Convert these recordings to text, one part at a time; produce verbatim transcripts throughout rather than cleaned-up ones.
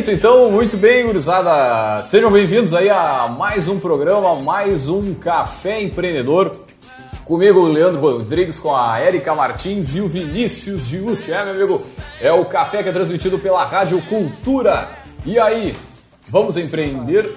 Perfeito, então, muito bem, gurizada. Sejam bem-vindos aí a mais um programa, mais um Café Empreendedor. Comigo, o Leandro Rodrigues, com a Érica Martins e o Vinícius Giusti. É, meu amigo, é o café que é transmitido pela Rádio Cultura. E aí, vamos empreender?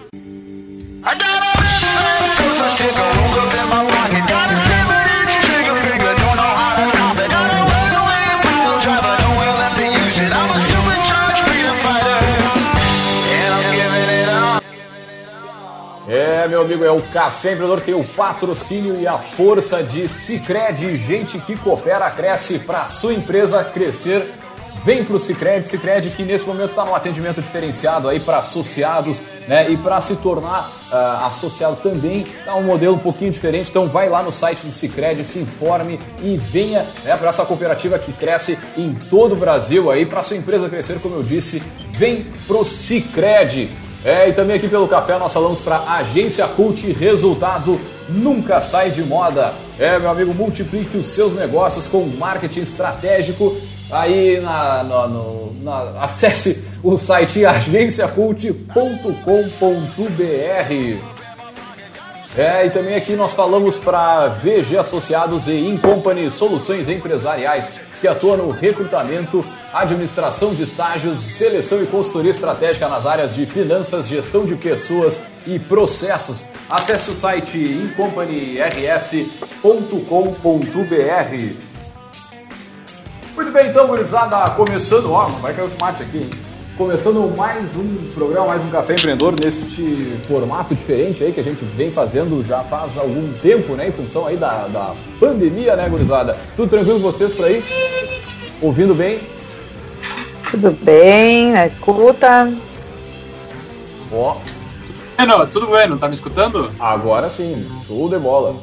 É, meu amigo, é o Café Empreendedor, tem o patrocínio e a força de Sicredi. Gente que coopera, cresce. Para a sua empresa crescer, vem para o Sicredi. Sicredi que nesse momento está num atendimento diferenciado aí para associados, né? E para se tornar uh, associado também é um modelo um pouquinho diferente. Então vai lá no site do Sicredi, se informe e venha, né, para essa cooperativa que cresce em todo o Brasil aí. Para sua empresa crescer, como eu disse, vem pro Sicredi. É, e também aqui pelo café nós falamos para Agência Cult, resultado nunca sai de moda. É, meu amigo, multiplique os seus negócios com marketing estratégico. Aí, na, na, no, na, acesse o site agência cult ponto com ponto b r. É, e também aqui nós falamos para V G Associados e Incompany, soluções empresariais que atuam no recrutamento, administração de estágios, seleção e consultoria estratégica nas áreas de finanças, gestão de pessoas e processos. Acesse o site incompany r s ponto com ponto b r. Muito bem, então, gurizada, começando, ó, vai cair o tomate aqui, hein? Começando mais um programa, mais um Café Empreendedor neste formato diferente aí que a gente vem fazendo já faz algum tempo, né? Em função aí da, da pandemia, né, gurizada? Tudo tranquilo com vocês por aí? Ouvindo bem? Tudo bem, na escuta. Ó. É, não, tudo bem, não tá me escutando? Agora sim, show de bola.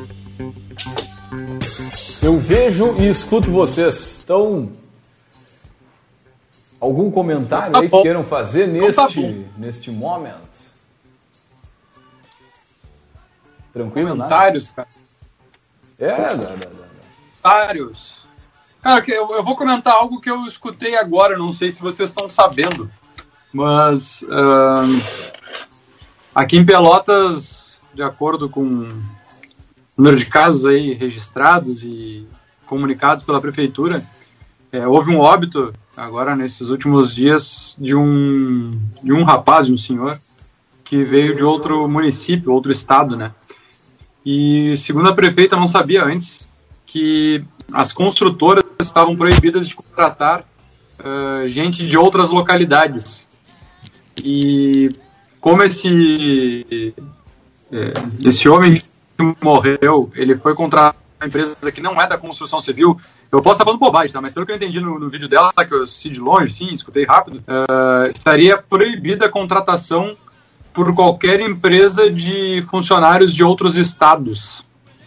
Eu vejo e escuto vocês, então... Algum comentário tá aí que queiram fazer neste, tá neste momento? Tranquilo, Comentários, cara. É, dá, dá, dá. Comentários. Cara, eu, eu vou comentar algo que eu escutei agora, não sei se vocês estão sabendo, mas uh, aqui em Pelotas, de acordo com o número de casos aí registrados e comunicados pela prefeitura, é, houve um óbito agora nesses últimos dias de um, de um rapaz, de um senhor, que veio de outro município, outro estado, né? E segundo a prefeita, não sabia antes que as construtoras estavam proibidas de contratar uh, gente de outras localidades. E como esse, esse homem que morreu, ele foi contratar uma empresa que não é da construção civil. Eu posso estar falando bobagem, tá? Mas pelo que eu entendi no, no vídeo dela, que eu assisti de longe, sim, escutei rápido, uh, estaria proibida a contratação por qualquer empresa de funcionários de outros estados.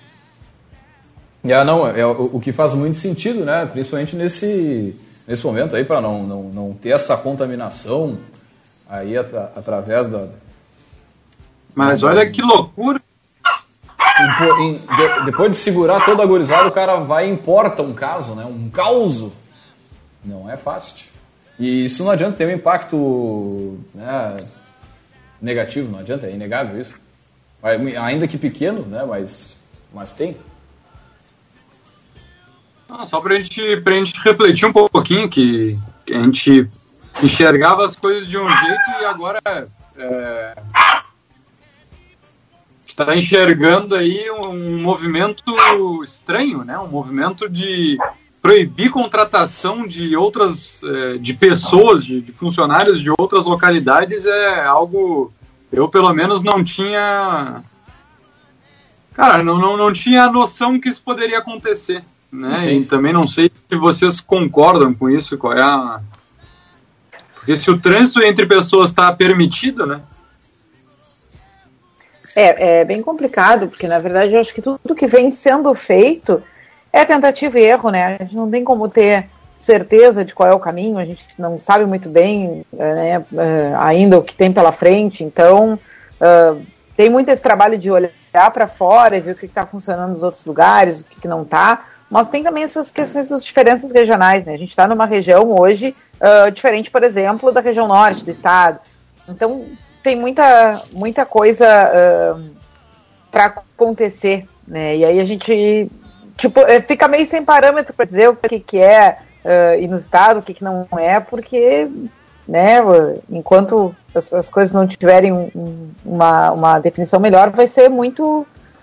É, não, é o, o que faz muito sentido, né? Principalmente nesse, nesse momento aí, para não, não, não ter essa contaminação aí atra, através da... Mas olha que loucura! Em, em, de, depois de segurar toda a gurizada, o cara vai e importa um caso, né? Um causo. Não é fácil. E isso não adianta ter um impacto, né, negativo, não adianta, é inegável isso. Ainda que pequeno, né? Mas, mas tem. Ah, só pra gente, pra gente refletir um pouquinho, que, que a gente enxergava as coisas de um jeito e agora... É... está enxergando aí um movimento estranho, né? Um movimento de proibir contratação de outras, de pessoas, de, de funcionários de outras localidades é algo, eu pelo menos não tinha, cara, não, não, não tinha a noção que isso poderia acontecer, né? Sim. E também não sei se vocês concordam com isso, qual é a... Porque se o trânsito entre pessoas está permitido, né? É, é bem complicado, porque na verdade eu acho que tudo que vem sendo feito é tentativa e erro, né? A gente não tem como ter certeza de qual é o caminho, a gente não sabe muito bem, né, ainda o que tem pela frente, então uh, tem muito esse trabalho de olhar para fora e ver o que está funcionando nos outros lugares, o que, que não está, mas tem também essas questões das diferenças regionais, né? A gente está numa região hoje uh, diferente, por exemplo, da região norte do estado. Então, tem muita, muita coisa uh, para acontecer, né? E aí a gente tipo, fica meio sem parâmetro para dizer o que, que é uh, inusitado, o que, que não é, porque, né, enquanto as, as coisas não tiverem um, uma, uma definição melhor, vai ser muito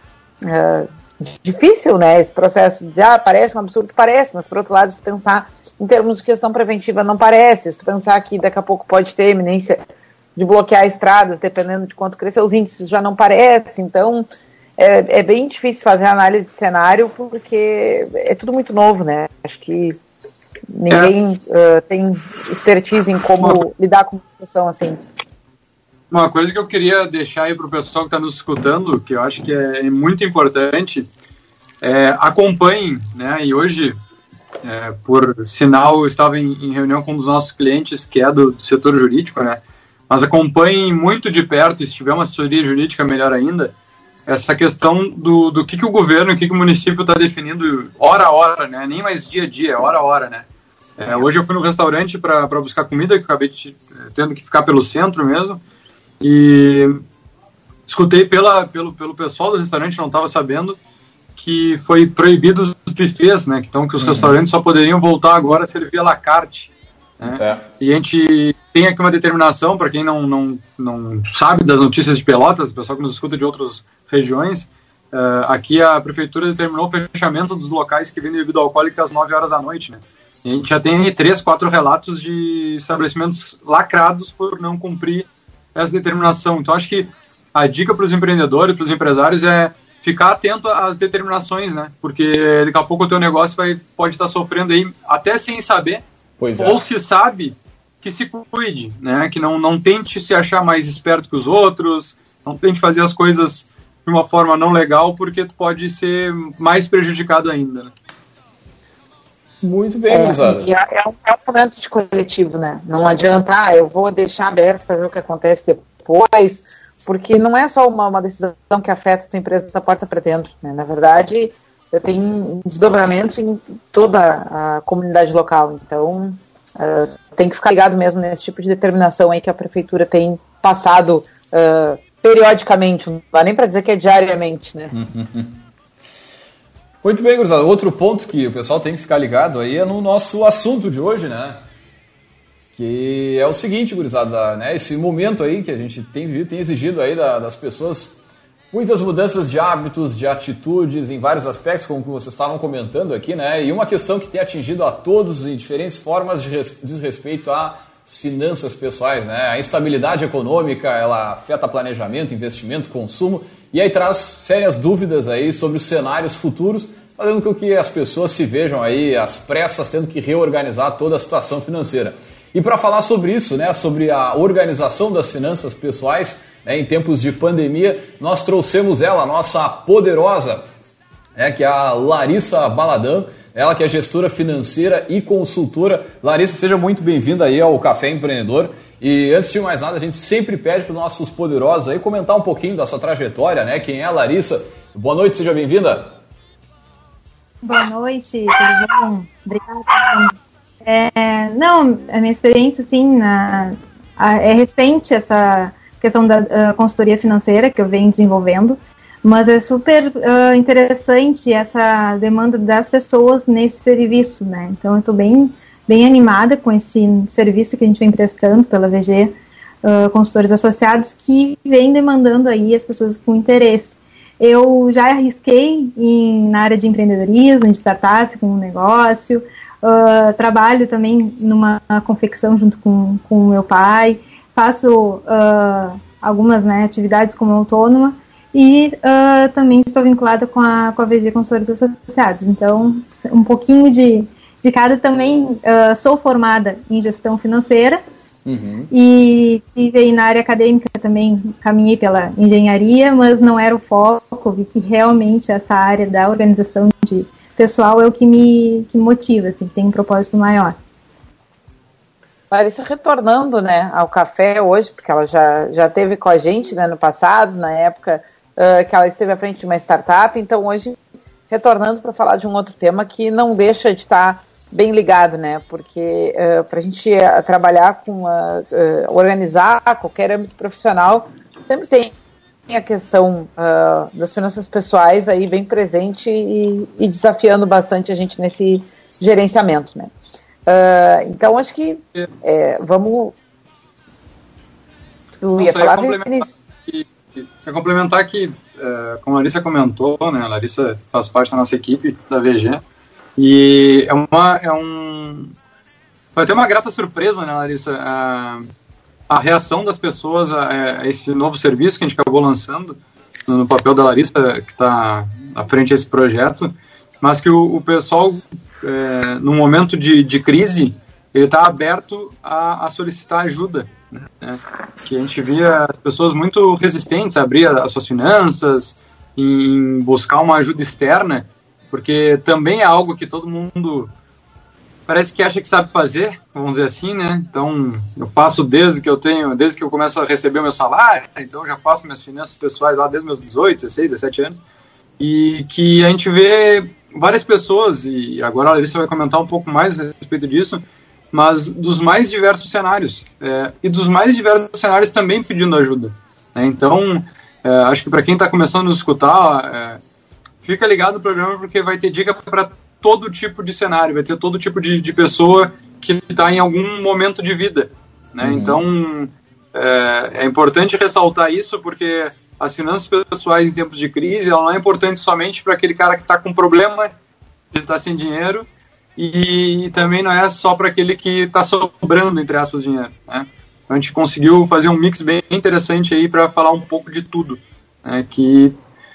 uh, difícil, né, esse processo de dizer, ah, parece um absurdo, parece, mas por outro lado, se pensar em termos de questão preventiva, não parece. Se tu pensar que daqui a pouco pode ter eminência de bloquear estradas, dependendo de quanto crescer os índices, já não parece. Então, é, é bem difícil fazer análise de cenário, porque é tudo muito novo, né? Acho que ninguém é. uh, tem expertise em como uma, lidar com uma situação assim. Uma coisa que eu queria deixar aí para o pessoal que está nos escutando, que eu acho que é muito importante, é, acompanhem, né? E hoje, é, por sinal, eu estava em, em reunião com um dos nossos clientes, que é do, do setor jurídico, né? Mas acompanhem muito de perto, e se tiver uma assessoria jurídica, melhor ainda, essa questão do, do que, que o governo, o que, que o município está definindo hora a hora, né? Nem mais dia a dia, é hora a hora, né? É, hoje eu fui no restaurante para buscar comida, que eu acabei de, tendo que ficar pelo centro mesmo, e escutei pela, pelo, pelo pessoal do restaurante, não estava sabendo, que foi proibido os buffets, né? Então que os uhum. restaurantes só poderiam voltar agora a servir à la carte. Né? É. E a gente tem aqui uma determinação, para quem não, não, não sabe das notícias de Pelotas, o pessoal que nos escuta de outras regiões, uh, aqui a prefeitura determinou o fechamento dos locais que vendem bebida alcoólica às nove horas da noite, né? E a gente já tem três, quatro relatos de estabelecimentos lacrados por não cumprir essa determinação. Então acho que a dica para os empreendedores, para os empresários é ficar atento às determinações, né? Porque daqui a pouco o teu negócio vai, pode estar sofrendo aí, até sem saber. Pois é. Ou se sabe, que se cuide, né? Que não, não tente se achar mais esperto que os outros, não tente fazer as coisas de uma forma não legal, porque tu pode ser mais prejudicado ainda, né? Muito bem, é, e é, é, um, é um momento de coletivo, né? Não adianta, ah, eu vou deixar aberto para ver o que acontece depois, porque não é só uma, uma decisão que afeta a tua empresa da porta para dentro, né? Na verdade, tem desdobramentos em toda a comunidade local, então uh, tem que ficar ligado mesmo nesse tipo de determinação aí que a prefeitura tem passado uh, periodicamente, não dá nem para dizer que é diariamente, né? Muito bem, gurizada. Outro ponto que o pessoal tem que ficar ligado aí é no nosso assunto de hoje, né? Que é o seguinte, gurizada, né? Esse momento aí que a gente tem vivido, tem exigido aí da, das pessoas muitas mudanças de hábitos, de atitudes, em vários aspectos, como vocês estavam comentando aqui, né? E uma questão que tem atingido a todos em diferentes formas de res, diz respeito às finanças pessoais, né? A instabilidade econômica, ela afeta planejamento, investimento, consumo, e aí traz sérias dúvidas aí sobre os cenários futuros, fazendo com que as pessoas se vejam aí às pressas, tendo que reorganizar toda a situação financeira. E para falar sobre isso, né, sobre a organização das finanças pessoais, né, em tempos de pandemia, nós trouxemos ela, a nossa poderosa, né, que é a Larissa Baladão, ela que é gestora financeira e consultora. Larissa, seja muito bem-vinda aí ao Café Empreendedor. E antes de mais nada, a gente sempre pede para os nossos poderosos aí comentar um pouquinho da sua trajetória, né? Quem é a Larissa? Boa noite, seja bem-vinda. Boa noite, tudo bom? Obrigada. É, não, a minha experiência, assim, na, a, é recente essa questão da consultoria financeira que eu venho desenvolvendo, mas é super uh, interessante essa demanda das pessoas nesse serviço, né? Então eu estou bem, bem animada com esse serviço que a gente vem prestando pela V G uh, Consultores Associados, que vem demandando aí as pessoas com interesse. Eu já arrisquei em, na área de empreendedorismo, de startup, com um negócio, uh, trabalho também numa confecção junto com o meu pai, faço uh, algumas, né, atividades como autônoma e uh, também estou vinculada com a, com a V G Consultores Associados. Então, um pouquinho de, de cada. Também uh, sou formada em gestão financeira. Uhum. E tive aí na área acadêmica também, caminhei pela engenharia, mas não era o foco, vi que realmente essa área da organização de pessoal é o que me que motiva, assim, que tem um propósito maior. Larissa, retornando, né, ao café hoje, porque ela já, já esteve com a gente, né, no passado, na época uh, que ela esteve à frente de uma startup, então hoje retornando para falar de um outro tema que não deixa de estar bem ligado, né? Porque uh, para a gente uh, trabalhar com, uh, uh, organizar qualquer âmbito profissional, sempre tem a questão uh, das finanças pessoais aí bem presente e, e desafiando bastante a gente nesse gerenciamento, né? Uh, então, acho que é, vamos... Tu ia falar, Vinícius? Quer complementar que, uh, como a Larissa comentou, né, a Larissa faz parte da nossa equipe da V G, e é uma... É um, foi até uma grata surpresa, né, Larissa, a, a reação das pessoas a, a esse novo serviço que a gente acabou lançando, no, no papel da Larissa, que está à frente desse projeto, mas que o, o pessoal, é, no momento de, de crise, ele está aberto a, a solicitar ajuda, né? Que a gente via as pessoas muito resistentes a abrir as suas finanças, em buscar uma ajuda externa, porque também é algo que todo mundo parece que acha que sabe fazer, vamos dizer assim, né? Então, eu faço desde que eu tenho, desde que eu começo a receber o meu salário, então eu já faço minhas finanças pessoais lá desde meus dezoito, dezesseis, dezessete anos, e que a gente vê várias pessoas, e agora a Larissa vai comentar um pouco mais a respeito disso, mas dos mais diversos cenários, é, e dos mais diversos cenários também pedindo ajuda, né? Então, é, acho que para quem está começando a nos escutar, é, fica ligado no programa, porque vai ter dica para todo tipo de cenário, vai ter todo tipo de, de pessoa que está em algum momento de vida, né? Uhum. Então, é, é importante ressaltar isso, porque as finanças pessoais em tempos de crise, ela não é importante somente para aquele cara que está com problema de estar sem dinheiro, e também não é só para aquele que está sobrando, entre aspas, dinheiro, né? Então a gente conseguiu fazer um mix bem interessante aí para falar um pouco de tudo, né? Que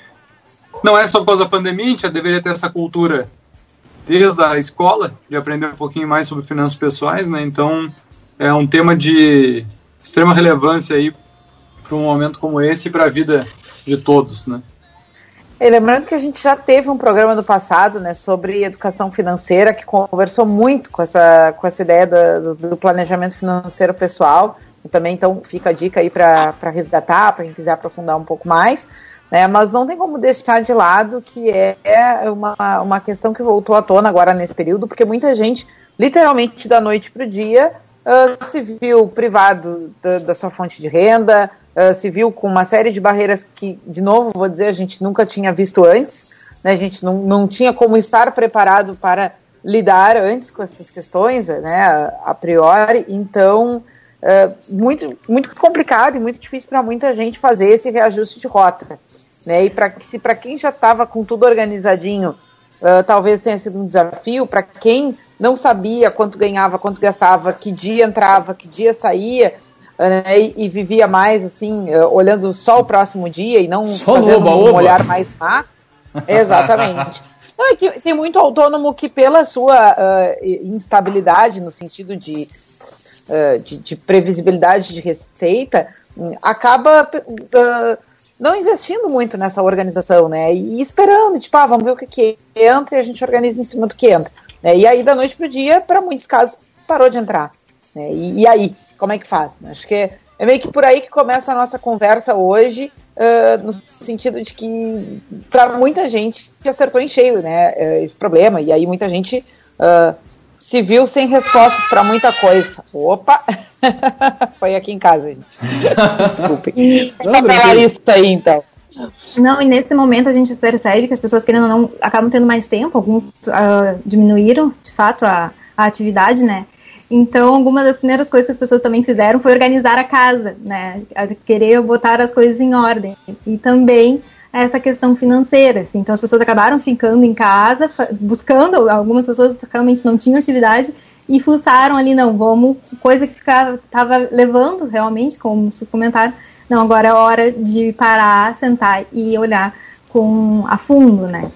não é só por causa da pandemia, a gente já deveria ter essa cultura desde a escola, de aprender um pouquinho mais sobre finanças pessoais, né? Então é um tema de extrema relevância aí para um momento como esse e para a vida de todos, né? E lembrando que a gente já teve um programa no passado, né, sobre educação financeira, que conversou muito com essa, com essa ideia do, do planejamento financeiro pessoal. E também, então, fica a dica aí para resgatar, para quem quiser aprofundar um pouco mais, né? Mas não tem como deixar de lado que é uma, uma questão que voltou à tona agora nesse período, porque muita gente, literalmente da noite para o dia, uh, se viu privado da, da sua fonte de renda, Uh, se viu com uma série de barreiras que, de novo, vou dizer, a gente nunca tinha visto antes, né? A gente não, não tinha como estar preparado para lidar antes com essas questões, né, a, a priori. Então, uh, muito, muito complicado e muito difícil para muita gente fazer esse reajuste de rota, né? E pra, se para quem já estava com tudo organizadinho, uh, talvez tenha sido um desafio. Para quem não sabia quanto ganhava, quanto gastava, que dia entrava, que dia saía, né, e, e vivia mais assim, uh, olhando só o próximo dia e não só fazendo oba, um oba. olhar mais má. Exatamente. Não, é que tem muito autônomo que, pela sua uh, instabilidade no sentido de, uh, de, de previsibilidade de receita, um, acaba uh, não investindo muito nessa organização, né? E esperando, tipo, ah, vamos ver o que, que entra e a gente organiza em cima do que entra, né? E aí, da noite para o dia, para muitos casos, parou de entrar, né? E, e aí? Como é que faz? Acho que é, é meio que por aí que começa a nossa conversa hoje, uh, no sentido de que, para muita gente, acertou em cheio, né, esse problema, e aí muita gente uh, se viu sem respostas para muita coisa. Opa! Foi aqui em casa, gente. Desculpem. Vamos falar isso aí, então. Não, e nesse momento a gente percebe que as pessoas, querendo ou não, acabam tendo mais tempo, alguns uh, diminuíram, de fato, a, a atividade, né? Então, alguma das primeiras coisas que as pessoas também fizeram foi organizar a casa, né? Querer botar as coisas em ordem. E também essa questão financeira, assim. Então, as pessoas acabaram ficando em casa, buscando, algumas pessoas realmente não tinham atividade e fuçaram ali, não, vamos, coisa que estava levando realmente, como vocês comentaram, não, agora é hora de parar, sentar e olhar com a fundo, né?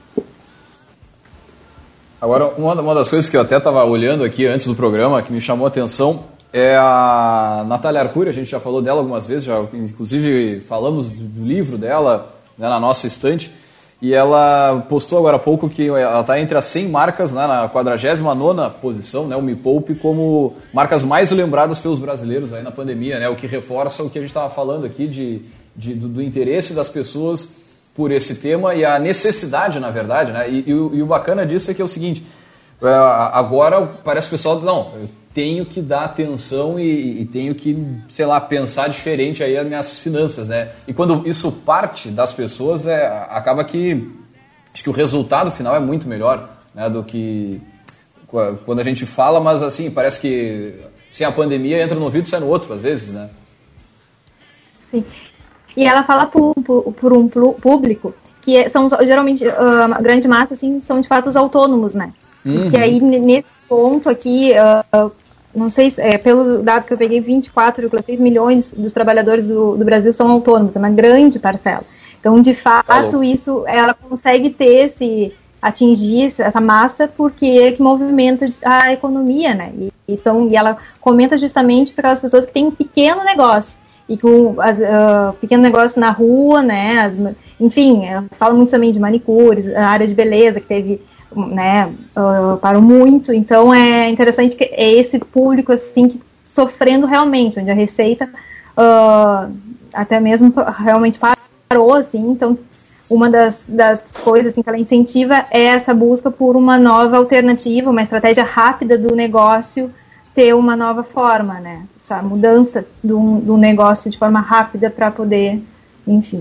Agora, uma, uma das coisas que eu até estava olhando aqui antes do programa, que me chamou a atenção, é a Natália Arcuri. A gente já falou dela algumas vezes, já, inclusive falamos do livro dela, né, na nossa estante, e ela postou agora há pouco que ela está entre as cem marcas, né, na quadragésima nona posição, né, o Me Poupe, como marcas mais lembradas pelos brasileiros aí na pandemia, né, o que reforça o que a gente estava falando aqui de, de, do, do interesse das pessoas por esse tema e a necessidade, na verdade, né? E, e, o, e o bacana disso é que é o seguinte, Agora parece que o pessoal, não, eu tenho que dar atenção e, e tenho que, sei lá, pensar diferente aí as minhas finanças, né? E quando isso parte das pessoas, é, acaba que acho que o resultado final é muito melhor, né, do que quando a gente fala, mas assim, parece que sem a pandemia entra no ouvido e sai no outro, às vezes, né? Sim. E ela fala por, por, por um público que são geralmente, a grande massa, assim, são de fato os autônomos, né? Uhum. Que aí, nesse ponto aqui, uh, não sei, é, pelo dado que eu peguei, vinte e quatro vírgula seis milhões dos trabalhadores do, do Brasil são autônomos, é uma grande parcela. Então, de fato, isso, ela consegue ter esse, atingir essa massa porque é que movimenta a economia, né? E, e, são, e ela comenta justamente para aquelas pessoas que têm um pequeno negócio, e com as, uh, pequeno negócio na rua, né? As, enfim, fala muito também de manicures, a área de beleza que teve, né, uh, parou muito. Então é interessante que é esse público assim que sofrendo realmente, onde a receita uh, até mesmo realmente parou, assim. Então uma das, das coisas assim, que ela incentiva é essa busca por uma nova alternativa, uma estratégia rápida do negócio ter uma nova forma, né? Essa mudança do, do negócio de forma rápida para poder, enfim.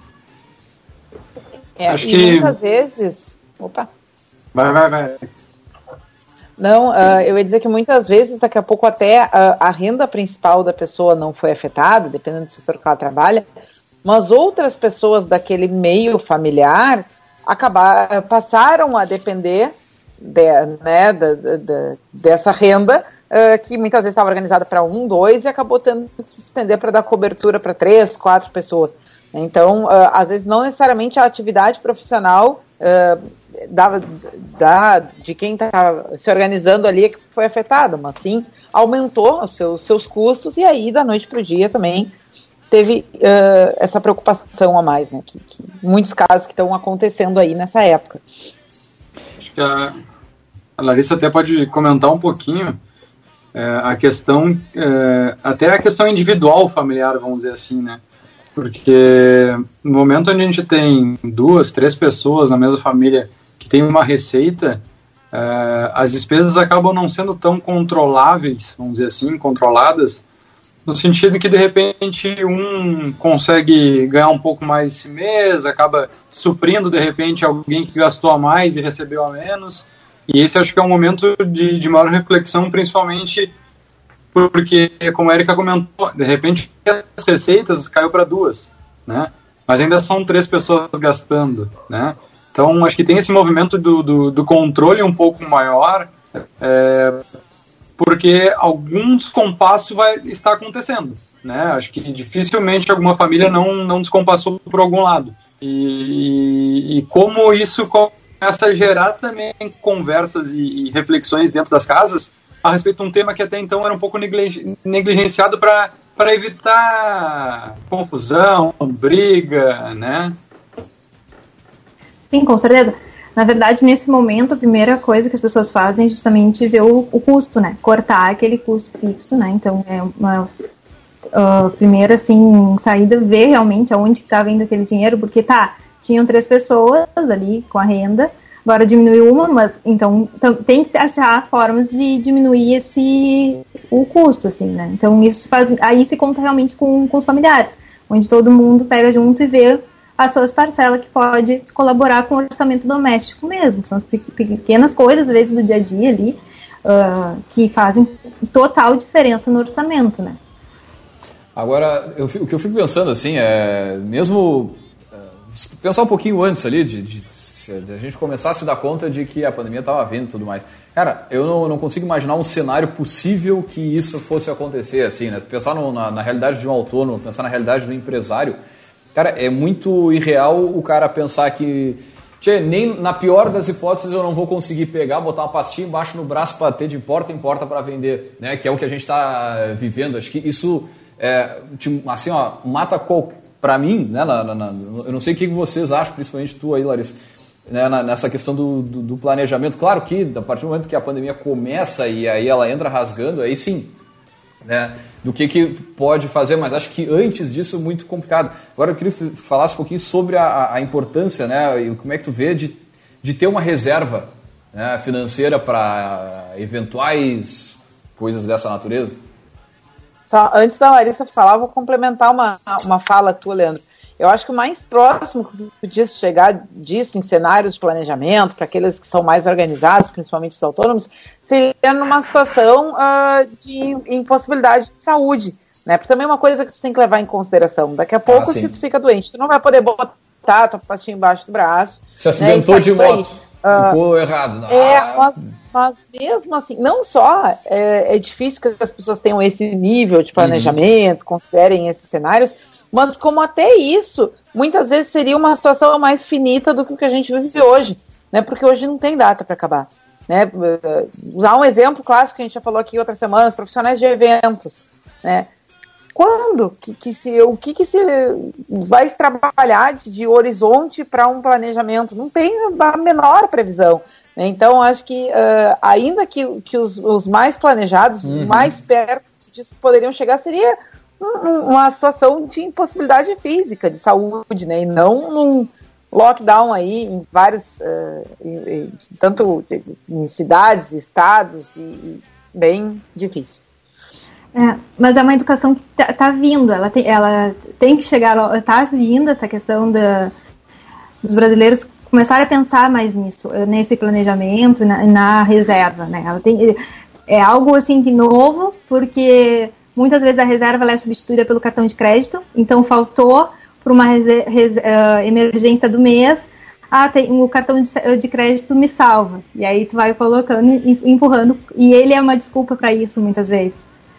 É, Acho e que... muitas vezes... Opa! Vai, vai, vai. Não, uh, eu ia dizer que muitas vezes, daqui a pouco até uh, a renda principal da pessoa não foi afetada, dependendo do setor que ela trabalha, mas outras pessoas daquele meio familiar acabaram, passaram a depender de, né, de, de, de, dessa renda, uh, que muitas vezes estava organizada para um, dois, e acabou tendo que se estender para dar cobertura para três, quatro pessoas. Então, uh, às vezes, não necessariamente a atividade profissional uh, da, da, de quem está se organizando ali é que foi afetada, mas sim aumentou os seus, seus custos, e aí, da noite para o dia, também teve uh, essa preocupação a mais, né? Que, que muitos casos que estão acontecendo aí nessa época. Acho que a, a Larissa até pode comentar um pouquinho é, a questão, é, até a questão individual familiar, vamos dizer assim, né? Porque no momento onde a gente tem duas, três pessoas na mesma família que tem uma receita, uh, as despesas acabam não sendo tão controláveis, vamos dizer assim, controladas, no sentido que de repente um consegue ganhar um pouco mais esse mês, acaba suprindo de repente alguém que gastou a mais e recebeu a menos, e esse acho que é um momento de, de maior reflexão, principalmente porque, como a Erika comentou, de repente as receitas caiu para duas, né? Mas ainda são três pessoas gastando, né? Então, acho que tem esse movimento do, do, do controle um pouco maior, é, porque algum descompasso vai estar acontecendo, né? Acho que dificilmente alguma família não, não descompassou por algum lado. E, e como isso começa a gerar também conversas e, e reflexões dentro das casas a respeito de um tema que até então era um pouco negligenciado para evitar confusão, briga, né? Sim, com certeza. Na verdade, nesse momento, a primeira coisa que as pessoas fazem é justamente ver o, o custo, né? Cortar aquele custo fixo, né? Então, é uma uh, primeira, assim, saída, ver realmente aonde que tá vindo aquele dinheiro, porque, tá, tinham três pessoas ali com a renda, agora diminuiu uma, mas então tem que achar formas de diminuir esse o custo, assim, né? Então isso faz, aí se conta realmente com, com os familiares, onde todo mundo pega junto e vê as suas parcelas que pode colaborar com o orçamento doméstico mesmo. São as pequenas coisas, às vezes, do dia a dia ali, uh, que fazem total diferença no orçamento, né? Agora, eu, o que eu fico pensando, assim, é mesmo uh, pensar um pouquinho antes ali de, de a gente começar a se dar conta de que a pandemia estava vindo e tudo mais. Cara, eu não, não consigo imaginar um cenário possível que isso fosse acontecer, assim, né? Pensar no, na, na realidade de um autônomo, pensar na realidade do empresário, cara, é muito irreal o cara pensar que, tchê, nem na pior das hipóteses eu não vou conseguir pegar, botar uma pastinha embaixo no braço para ter de porta em porta para vender, né? Que é o que a gente está vivendo. Acho que isso, é, assim, ó, mata qual, para mim, né? Na, na, na, eu não sei o que vocês acham, principalmente tu aí, Larissa, né, nessa questão do, do, do planejamento. Claro que a partir do momento que a pandemia começa e aí ela entra rasgando, aí sim, né, do que, que pode fazer, mas acho que antes disso é muito complicado. Agora eu queria que falasse um pouquinho sobre a, a importância, né, e como é que tu vê de, de ter uma reserva, né, financeira para eventuais coisas dessa natureza? Só, antes da Larissa falar, vou complementar uma, uma fala tua, Leandro. Eu acho que o mais próximo que podia chegar disso em cenários de planejamento, para aqueles que são mais organizados, principalmente os autônomos, seria numa situação uh, de impossibilidade de saúde, né? Porque também é uma coisa que tu tem que levar em consideração. Daqui a pouco, ah, se tu fica doente, tu não vai poder botar a tua pastinha embaixo do braço. Se acidentou, né, de moto, uh, ficou errado. Ah. É, mas, mas mesmo assim, não só é, é difícil que as pessoas tenham esse nível de planejamento, uhum. considerem esses cenários, mas como até isso, muitas vezes seria uma situação mais finita do que o que a gente vive hoje, né? Porque hoje não tem data para acabar, né? Usar um exemplo clássico que a gente já falou aqui outras semanas, profissionais de eventos, né? Quando que, que se, o que, que se vai trabalhar de, de horizonte para um planejamento? Não tem a menor previsão, né? Então, acho que uh, ainda que, que os, os mais planejados, uhum. mais perto disso que poderiam chegar, seria uma situação de impossibilidade física, de saúde, né? E não num lockdown aí em vários, uh, em, em, tanto em cidades, estados, e, e bem difícil. É, mas é uma educação que tá, tá vindo, ela tem, ela tem que chegar, tá vindo essa questão da, dos brasileiros começarem a pensar mais nisso, nesse planejamento, na, na reserva, né? Ela tem, é algo assim de novo, porque muitas vezes a reserva ela é substituída pelo cartão de crédito, então faltou para uma rese- res- uh, emergência do mês, ah, tem, o cartão de, de crédito me salva, e aí tu vai colocando e empurrando, e ele é uma desculpa para isso muitas vezes.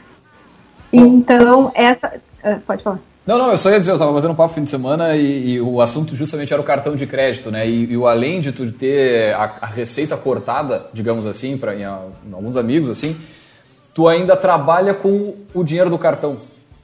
Então, essa... Uh, pode falar. Não, não, eu só ia dizer, eu estava batendo um papo no fim de semana e, e o assunto justamente era o cartão de crédito, né? E, e o além de tu ter a, a receita cortada, digamos assim, para em, em alguns amigos, assim, tu ainda trabalha com o dinheiro do cartão.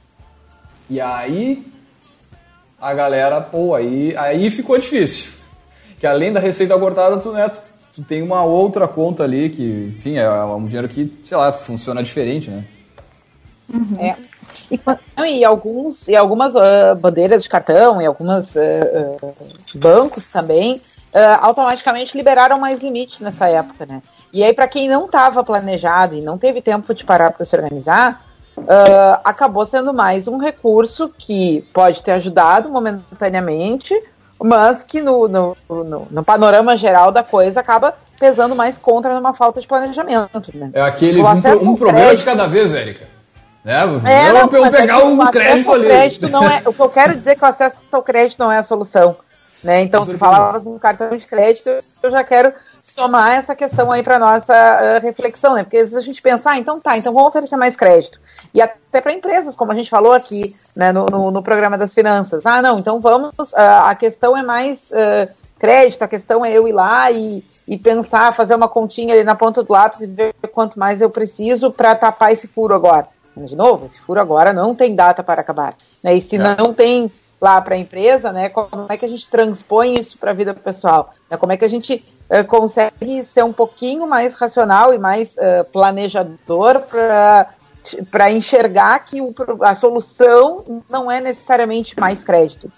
E aí, a galera, pô, aí, aí ficou difícil. Que além da receita cortada, tu, né, tu, tu tem uma outra conta ali que, enfim, é um dinheiro que, sei lá, funciona diferente, né? Uhum. É. E, e, alguns, e algumas uh, bandeiras de cartão e alguns uh, uh, bancos também uh, automaticamente liberaram mais limite nessa época, né? E aí, para quem não estava planejado e não teve tempo de parar para se organizar, uh, acabou sendo mais um recurso que pode ter ajudado momentaneamente, mas que no, no, no, no panorama geral da coisa acaba pesando mais contra numa falta de planejamento, né? É aquele um, um problema crédito, de cada vez, Érica. Né? É, não, eu pegar é um o crédito ali. Crédito não é, o que eu quero dizer é que o acesso ao crédito não é a solução, né? Então, se falava no cartão de crédito, eu já quero somar essa questão aí para nossa uh, reflexão, né? Porque às vezes a gente pensa, ah, então tá, então vamos oferecer mais crédito. E até para empresas, como a gente falou aqui, né, no, no, no programa das finanças. Ah, não, então vamos, uh, a questão é mais uh, crédito, a questão é eu ir lá e, e pensar, fazer uma continha ali na ponta do lápis e ver quanto mais eu preciso para tapar esse furo agora. De novo, esse furo agora não tem data para acabar, né? E se é. não tem lá para a empresa, né, como é que a gente transpõe isso para a vida pessoal? Né? Como é que a gente uh, consegue ser um pouquinho mais racional e mais uh, planejador para enxergar que o, a solução não é necessariamente mais crédito?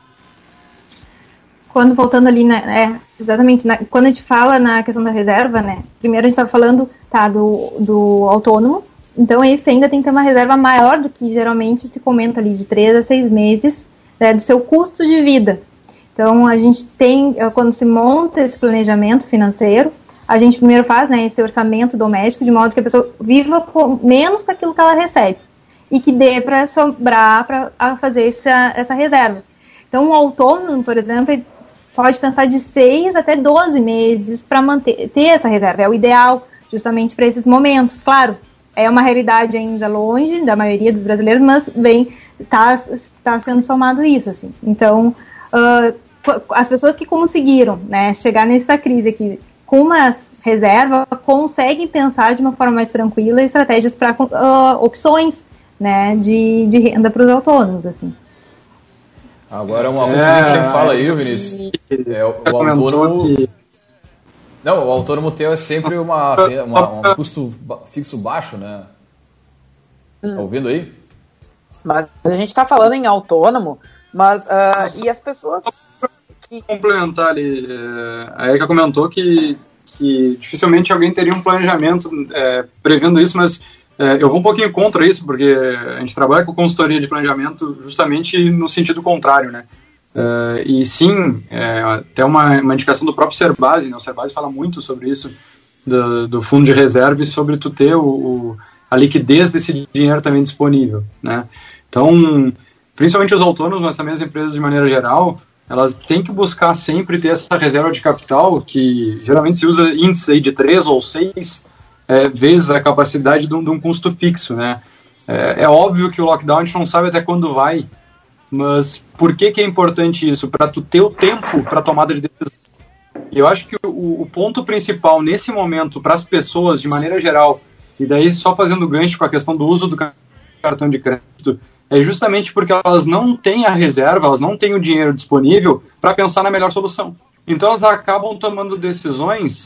Quando voltando ali, né, é, exatamente, né, quando a gente fala na questão da reserva, né, primeiro a gente estava falando tá, do, do autônomo. Então, esse ainda tem que ter uma reserva maior do que geralmente se comenta ali, de três a seis meses, né, do seu custo de vida. Então, a gente tem, quando se monta esse planejamento financeiro, a gente primeiro faz, né, esse orçamento doméstico, de modo que a pessoa viva com menos que aquilo que ela recebe e que dê para sobrar para fazer essa, essa reserva. Então, um autônomo, por exemplo, pode pensar de seis até doze meses para manter ter essa reserva. É o ideal, justamente para esses momentos, claro. É uma realidade ainda longe da maioria dos brasileiros, mas bem, está tá sendo somado isso, assim. Então, uh, as pessoas que conseguiram, né, chegar nessa crise aqui com uma reserva, conseguem pensar de uma forma mais tranquila estratégias para uh, opções, né, de, de renda para os autônomos, assim. Agora, uma coisa é, que a gente sempre fala aí, Vinícius, é o, o autônomo... Que... Não, o autônomo tem sempre uma, uma, um custo fixo baixo, né? Hum. Tá ouvindo aí? Mas a gente tá falando em autônomo, mas uh, e as pessoas... Que... Complementar ali, é, a Erika comentou que, que dificilmente alguém teria um planejamento é, prevendo isso, mas é, eu vou um pouquinho contra isso, porque a gente trabalha com consultoria de planejamento justamente no sentido contrário, né? É, e sim, é, até uma, uma indicação do próprio Serbasi, né? O Serbasi fala muito sobre isso, do, do fundo de reserva e sobre tu ter o, o, a liquidez desse dinheiro também disponível, né? Então, principalmente os autônomos, mas também as empresas de maneira geral, elas têm que buscar sempre ter essa reserva de capital, que geralmente se usa índices aí de três ou seis é, vezes a capacidade de um, de um custo fixo, né? É, é óbvio que o lockdown a gente não sabe até quando vai, mas por que que é importante isso? Para tu ter o tempo para tomada de decisão. E eu acho que o, o ponto principal nesse momento para as pessoas de maneira geral, e daí só fazendo gancho com a questão do uso do cartão de crédito, é justamente porque elas não têm a reserva, elas não têm o dinheiro disponível para pensar na melhor solução. Então elas acabam tomando decisões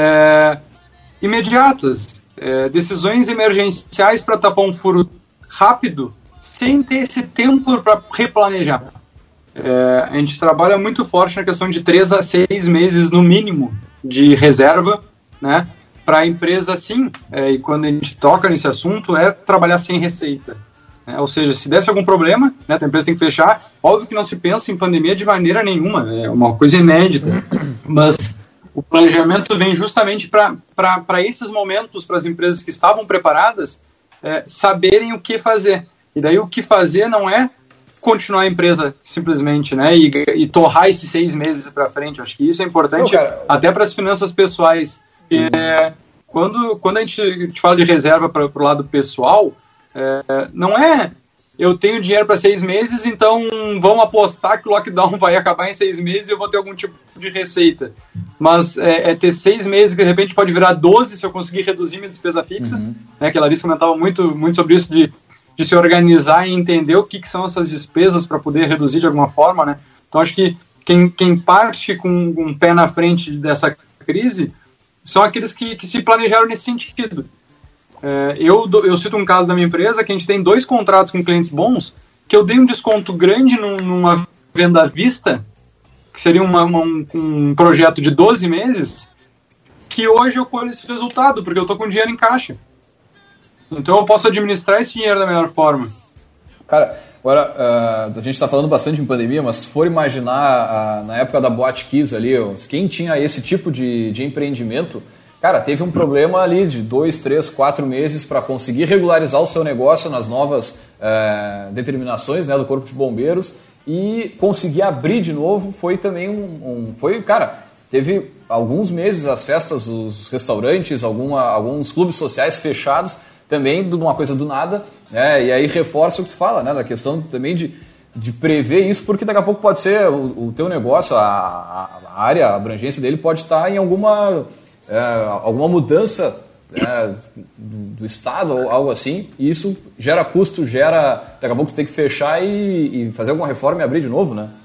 é, imediatas, é, decisões emergenciais para tapar um furo rápido, sem ter esse tempo para replanejar. É, a gente trabalha muito forte na questão de três a seis meses no mínimo de reserva, né, para a empresa, sim, é, e quando a gente toca nesse assunto, é trabalhar sem receita. É, ou seja, se desse algum problema, né, a empresa tem que fechar. Óbvio que não se pensa em pandemia de maneira nenhuma, é uma coisa inédita, mas o planejamento vem justamente para esses momentos, para as empresas que estavam preparadas é, saberem o que fazer. E daí o que fazer não é continuar a empresa simplesmente, né, e, e torrar esses seis meses para frente. Acho que isso é importante não, até para as finanças pessoais. É, quando, quando a gente, a gente fala de reserva para o lado pessoal, É, não é eu tenho dinheiro para seis meses, então vamos apostar que o lockdown vai acabar em seis meses e eu vou ter algum tipo de receita. Mas é, é ter seis meses que de repente pode virar doze se eu conseguir reduzir minha despesa fixa, uhum. né, que a Larissa comentava muito, muito sobre isso, de, de se organizar e entender o que, que são essas despesas para poder reduzir de alguma forma, né? Então acho que quem, quem parte com um pé na frente dessa crise são aqueles que, que se planejaram nesse sentido. É, eu, eu cito um caso da minha empresa que a gente tem dois contratos com clientes bons, que eu dei um desconto grande num, numa venda à vista, que seria uma, uma, um, um projeto de doze meses, que hoje eu colho esse resultado, porque eu estou com dinheiro em caixa. Então eu posso administrar esse dinheiro da melhor forma. Cara, agora uh, a gente está falando bastante em pandemia, mas se for imaginar uh, na época da Boate Kiss ali, quem tinha esse tipo de, de empreendimento, cara, teve um problema ali de dois, três, quatro meses para conseguir regularizar o seu negócio nas novas uh, determinações, né, do Corpo de Bombeiros, e conseguir abrir de novo foi também um... um foi, cara, teve alguns meses as festas, os restaurantes, alguma, alguns clubes sociais fechados, também de uma coisa do nada, né? E aí reforça o que tu fala, né? Da questão também de, de prever isso, porque daqui a pouco pode ser o, o teu negócio, a, a área, a abrangência dele pode estar em alguma, é, alguma mudança, é, do, do estado ou algo assim, e isso gera custo, gera... Daqui a pouco tu tem que fechar e, e fazer alguma reforma e abrir de novo, né?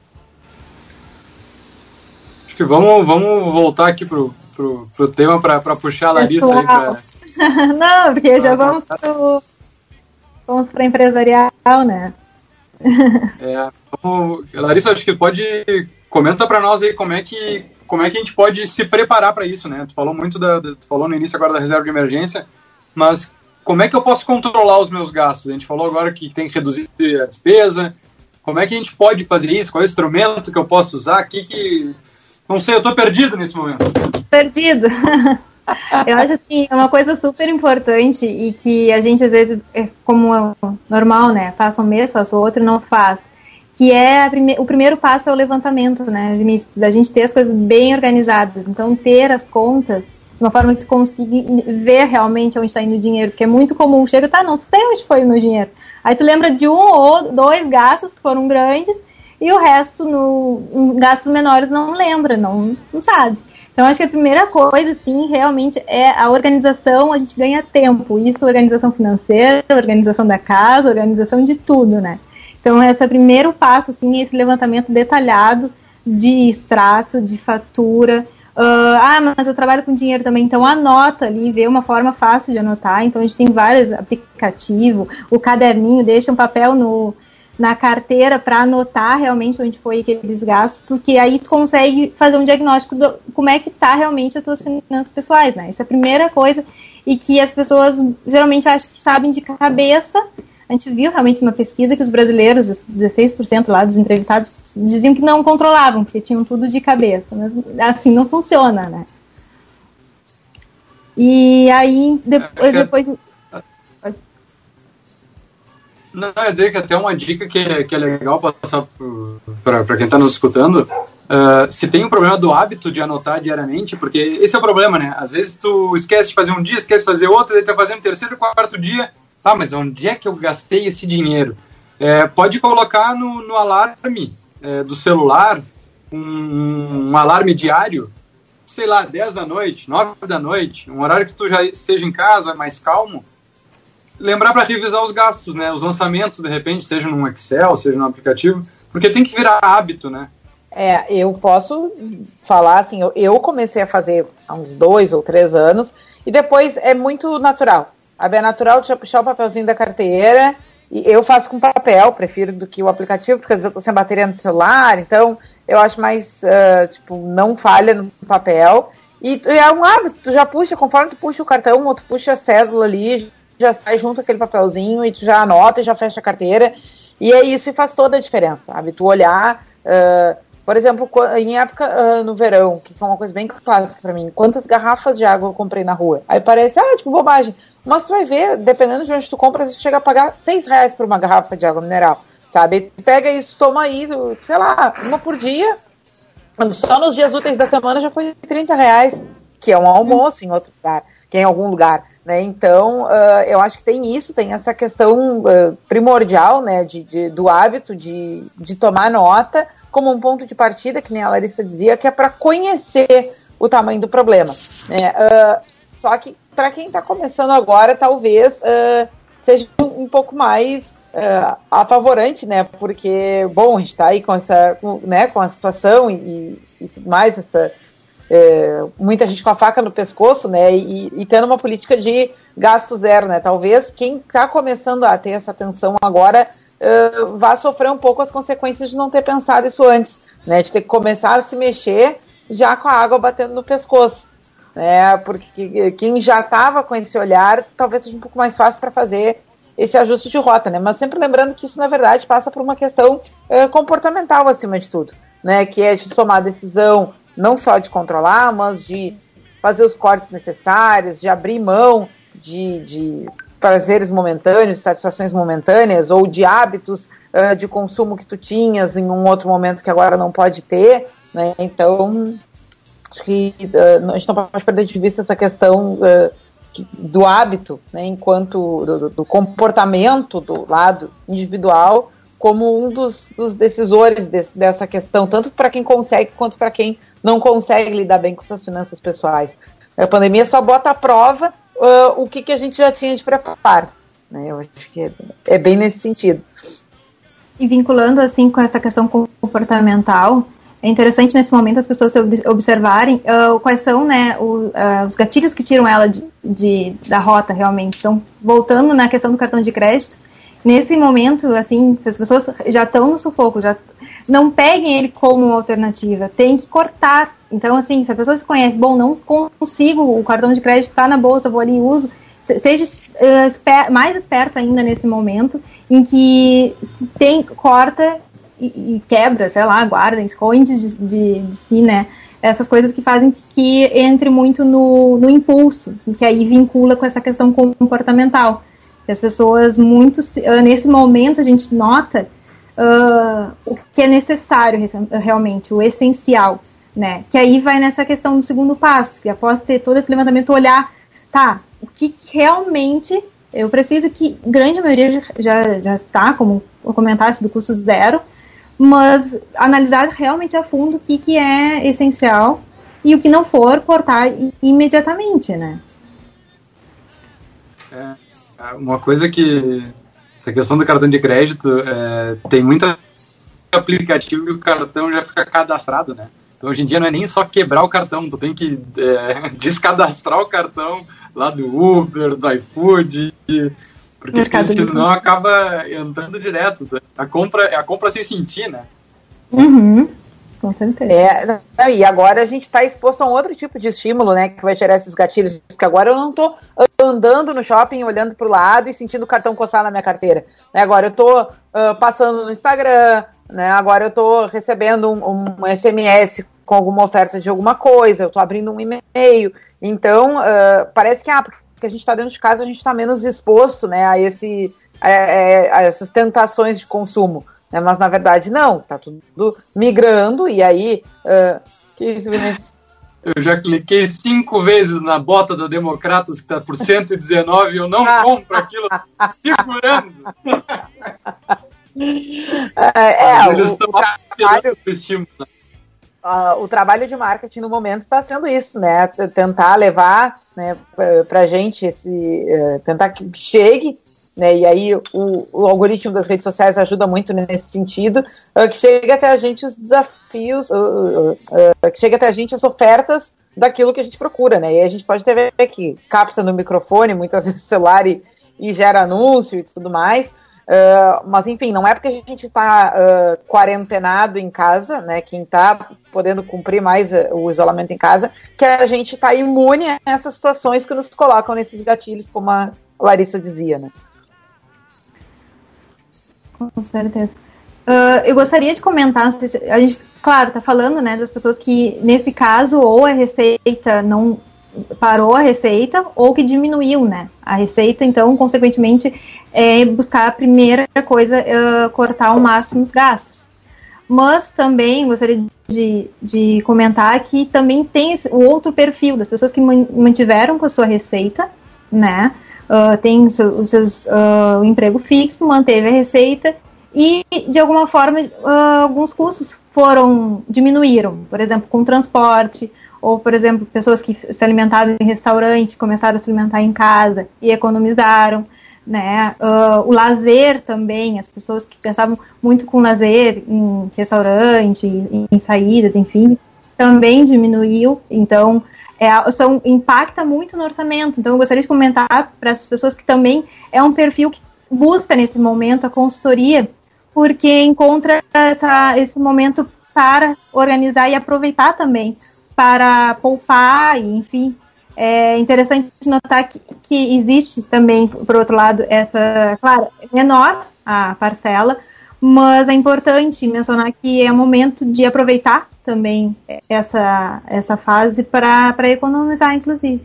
Acho que vamos, vamos voltar aqui pro, pro, pro tema para puxar a Larissa aí para... Não, porque já vamos pro, vamos para empresarial, né? É, vamos, Larissa, acho que pode comenta para nós aí como é que como é que a gente pode se preparar para isso, né? Tu falou muito da, tu falou no início agora da reserva de emergência, mas como é que eu posso controlar os meus gastos? A gente falou agora que tem que reduzir a despesa. Como é que a gente pode fazer isso? Qual é o instrumento que eu posso usar? Que que não sei, eu tô perdido nesse momento. Perdido. Eu acho assim, é uma coisa super importante e que a gente às vezes, é como é normal, né, passa um mês, passa o outro e não faz, que é a prime- o primeiro passo é o levantamento, né, Vinícius, da gente ter as coisas bem organizadas, então ter as contas de uma forma que tu consiga ver realmente onde está indo o dinheiro, porque é muito comum, chega, tá, não sei onde foi o meu dinheiro, aí tu lembra de um ou dois gastos que foram grandes e o resto, no, em gastos menores, não lembra, não, não sabe. Então, acho que a primeira coisa, sim, realmente é a organização, a gente ganha tempo. Isso, organização financeira, organização da casa, organização de tudo, né? Então, esse é o primeiro passo, assim, esse levantamento detalhado de extrato, de fatura. Uh, ah, mas eu trabalho com dinheiro também, então anota ali, vê uma forma fácil de anotar. Então, a gente tem vários aplicativos, o caderninho, deixa um papel no... na carteira para anotar realmente onde foi aqueles gastos, porque aí tu consegue fazer um diagnóstico de como é que tá realmente as tuas finanças pessoais, né? Essa é a primeira coisa, e que as pessoas geralmente acham que sabem de cabeça. A gente viu realmente uma pesquisa que os brasileiros, dezesseis por cento lá dos entrevistados, diziam que não controlavam, porque tinham tudo de cabeça, mas assim não funciona, né? E aí, depois... depois... Não, eu ia dizer que até uma dica que é, que é legal passar para quem está nos escutando, uh, se tem um problema do hábito de anotar diariamente, porque esse é o problema, né? Às vezes tu esquece de fazer um dia, esquece de fazer outro, daí tu vai fazer um terceiro, quarto dia, ah, mas onde é que eu gastei esse dinheiro? É, pode colocar no, no alarme é, do celular, um, um alarme diário, sei lá, dez da noite, nove da noite, um horário que tu já esteja em casa, mais calmo, lembrar para revisar os gastos, né? Os lançamentos, de repente, seja num Excel, seja num aplicativo, porque tem que virar hábito, né? É, eu posso falar assim, eu, eu comecei a fazer há uns dois ou três anos, e depois é muito natural. É natural de puxar o papelzinho da carteira, e eu faço com papel, prefiro do que o aplicativo, porque às vezes eu tô sem bateria no celular, então eu acho mais, uh, tipo, não falha no papel, e é um hábito, tu já puxa, conforme tu puxa o cartão, ou tu puxa a cédula ali, já sai junto aquele papelzinho e tu já anota e já fecha a carteira, e é isso, e faz toda a diferença, sabe? Tu olhar, uh, por exemplo, em época uh, no verão, que é uma coisa bem clássica pra mim, quantas garrafas de água eu comprei na rua? Aí parece, ah, tipo, bobagem, mas tu vai ver, dependendo de onde tu compra, você chega a pagar seis reais por uma garrafa de água mineral, sabe? Tu pega isso, toma aí, sei lá, uma por dia, só nos dias úteis da semana já foi trinta reais, que é um almoço em outro lugar, que é em algum lugar, né? Então, uh, eu acho que tem isso, tem essa questão uh, primordial, né, de, de, do hábito de, de tomar nota como um ponto de partida, que nem a Larissa dizia, que é para conhecer o tamanho do problema, né? Uh, só que para quem está começando agora, talvez uh, seja um, um pouco mais uh, apavorante, né? Porque, bom, a gente está aí com essa, com, né, com a situação e, e tudo mais, essa... É, muita gente com a faca no pescoço, né, e, e tendo uma política de gasto zero, né, talvez quem está começando a ter essa atenção agora uh, vá sofrer um pouco as consequências de não ter pensado isso antes, né, de ter que começar a se mexer já com a água batendo no pescoço, né, porque quem já estava com esse olhar, talvez seja um pouco mais fácil para fazer esse ajuste de rota, né, mas sempre lembrando que isso, na verdade, passa por uma questão uh, comportamental acima de tudo, né, que é de tomar decisão não só de controlar, mas de fazer os cortes necessários, de abrir mão de, de prazeres momentâneos, satisfações momentâneas, ou de hábitos uh, de consumo que tu tinhas em um outro momento que agora não pode ter, né? Então, acho que uh, a gente não pode perder de vista essa questão uh, do hábito, né, enquanto do, do comportamento do lado individual, como um dos, dos decisores desse, dessa questão, tanto para quem consegue quanto para quem não consegue lidar bem com suas finanças pessoais. A pandemia só bota à prova uh, o que, que a gente já tinha de preparo, né? Eu acho que é, é bem nesse sentido. E vinculando assim com essa questão comportamental, é interessante nesse momento as pessoas observarem uh, quais são, né, o, uh, os gatilhos que tiram ela de, de, da rota realmente. Então, voltando na questão do cartão de crédito, nesse momento, assim, se as pessoas já estão no sufoco, já não peguem ele como alternativa, tem que cortar. Então, assim, se a pessoa se conhece, bom, não consigo, o cartão de crédito está na bolsa, vou ali e uso, seja uh, esper- mais esperto ainda nesse momento, em que se tem, corta e, e quebra, sei lá, guarda, esconde de, de, de si, né, essas coisas que fazem que entre muito no, no impulso, e que aí vincula com essa questão comportamental. E as pessoas, muito, uh, nesse momento, a gente nota uh, o que é necessário realmente, o essencial, né? Que aí vai nessa questão do segundo passo, que após ter todo esse levantamento, olhar, tá, o que realmente eu preciso, que grande maioria já, já, já está, como eu comentasse, do custo zero, mas analisar realmente a fundo o que, que é essencial e o que não for, cortar imediatamente, né? É. Uma coisa que, essa questão do cartão de crédito, é, tem muito aplicativo que o cartão já fica cadastrado, né? Então hoje em dia não é nem só quebrar o cartão, tu tem que é, descadastrar o cartão lá do Uber, do iFood, Porque senão acaba entrando direto. A compra é a compra sem sentir, né? Uhum. Com certeza. É, e agora a gente está exposto a um outro tipo de estímulo, né, que vai gerar esses gatilhos, porque agora eu não estou andando no shopping, olhando para o lado e sentindo o cartão coçar na minha carteira. Né, agora eu estou uh, passando no Instagram, né, agora eu estou recebendo um, um S M S com alguma oferta de alguma coisa, eu estou abrindo um e-mail. Então, uh, parece que, ah, porque a gente está dentro de casa, a gente está menos exposto, né, a, esse, a, a, a essas tentações de consumo. É, mas na verdade não, tá tudo migrando e aí uh, que isso, Vinícius? Eu já cliquei cinco vezes na bota da Democratas que tá por cento e dezenove e eu não compro aquilo segurando. É, é eles o, estão trabalho, o estímulo. Uh, o trabalho de marketing no momento está sendo isso, né? Tentar levar, né, pra gente esse uh, tentar que chegue. Né, e aí o, o algoritmo das redes sociais ajuda muito nesse sentido, uh, que chega até a gente os desafios, uh, uh, uh, que chega até a gente as ofertas daquilo que a gente procura, né? E a gente pode até ver que capta no microfone, muitas vezes o celular e, e gera anúncio e tudo mais, uh, mas enfim, não é porque a gente está uh, quarentenado em casa, né? Quem está podendo cumprir mais uh, o isolamento em casa, que a gente está imune a essas situações que nos colocam nesses gatilhos, como a Larissa dizia, né? Com certeza. Uh, eu gostaria de comentar, não sei se, a gente, claro, está falando, né, das pessoas que, nesse caso, ou a receita não parou a receita, ou que diminuiu, né, a receita, então, consequentemente, é buscar a primeira coisa, uh, cortar ao máximo os gastos. Mas também gostaria de, de comentar que também tem esse, o outro perfil das pessoas que mantiveram com a sua receita, né, Uh, tem os seus, seus, uh, o emprego fixo, manteve a receita e, de alguma forma, uh, alguns custos foram, diminuíram, por exemplo, com transporte, ou, por exemplo, pessoas que se alimentavam em restaurante, começaram a se alimentar em casa e economizaram, né, uh, o lazer também, as pessoas que pensavam muito com lazer em restaurante, em, em saídas, enfim, também diminuiu, então... É, são, impacta muito no orçamento. Então eu gostaria de comentar para as pessoas que também é um perfil que busca nesse momento a consultoria, porque encontra essa, esse momento para organizar e aproveitar também para poupar, e, enfim. É interessante notar que, que existe também, por outro lado, essa, claro, é menor a parcela, mas é importante mencionar que é o momento de aproveitar também essa, essa fase para economizar, inclusive.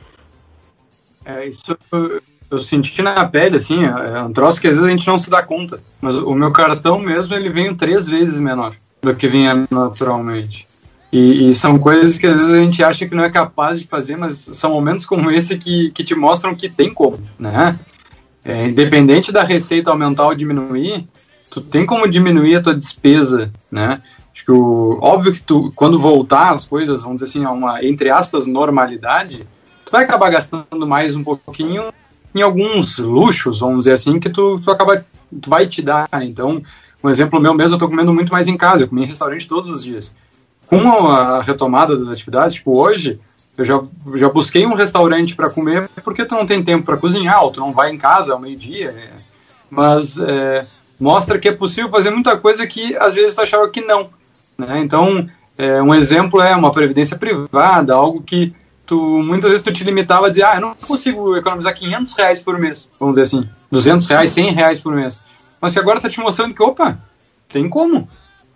É, isso eu, eu senti na pele, assim, é um troço que às vezes a gente não se dá conta, mas o meu cartão mesmo, ele veio três vezes menor do que vinha naturalmente. E, e são coisas que às vezes a gente acha que não é capaz de fazer, mas são momentos como esse que, que te mostram que tem como, né? É, independente da receita aumentar ou diminuir, tu tem como diminuir a tua despesa, né? Acho que o, óbvio que tu, quando voltar as coisas, vamos dizer assim, a uma, entre aspas, normalidade, tu vai acabar gastando mais um pouquinho em alguns luxos, vamos dizer assim, que tu, tu, acaba, tu vai te dar. Então, um exemplo meu mesmo, eu tô comendo muito mais em casa, eu comi em restaurante todos os dias. Com a retomada das atividades, tipo hoje, eu já, já busquei um restaurante para comer, porque tu não tem tempo para cozinhar, ou tu não vai em casa ao meio-dia, é, mas é, mostra que é possível fazer muita coisa que às vezes tu achava que não. Né? Então, é, um exemplo é uma previdência privada, algo que tu, muitas vezes tu te limitava a dizer, ah, eu não consigo economizar quinhentos reais por mês, vamos dizer assim, duzentos reais, cem reais por mês. Mas que agora tá te mostrando que, opa, tem como,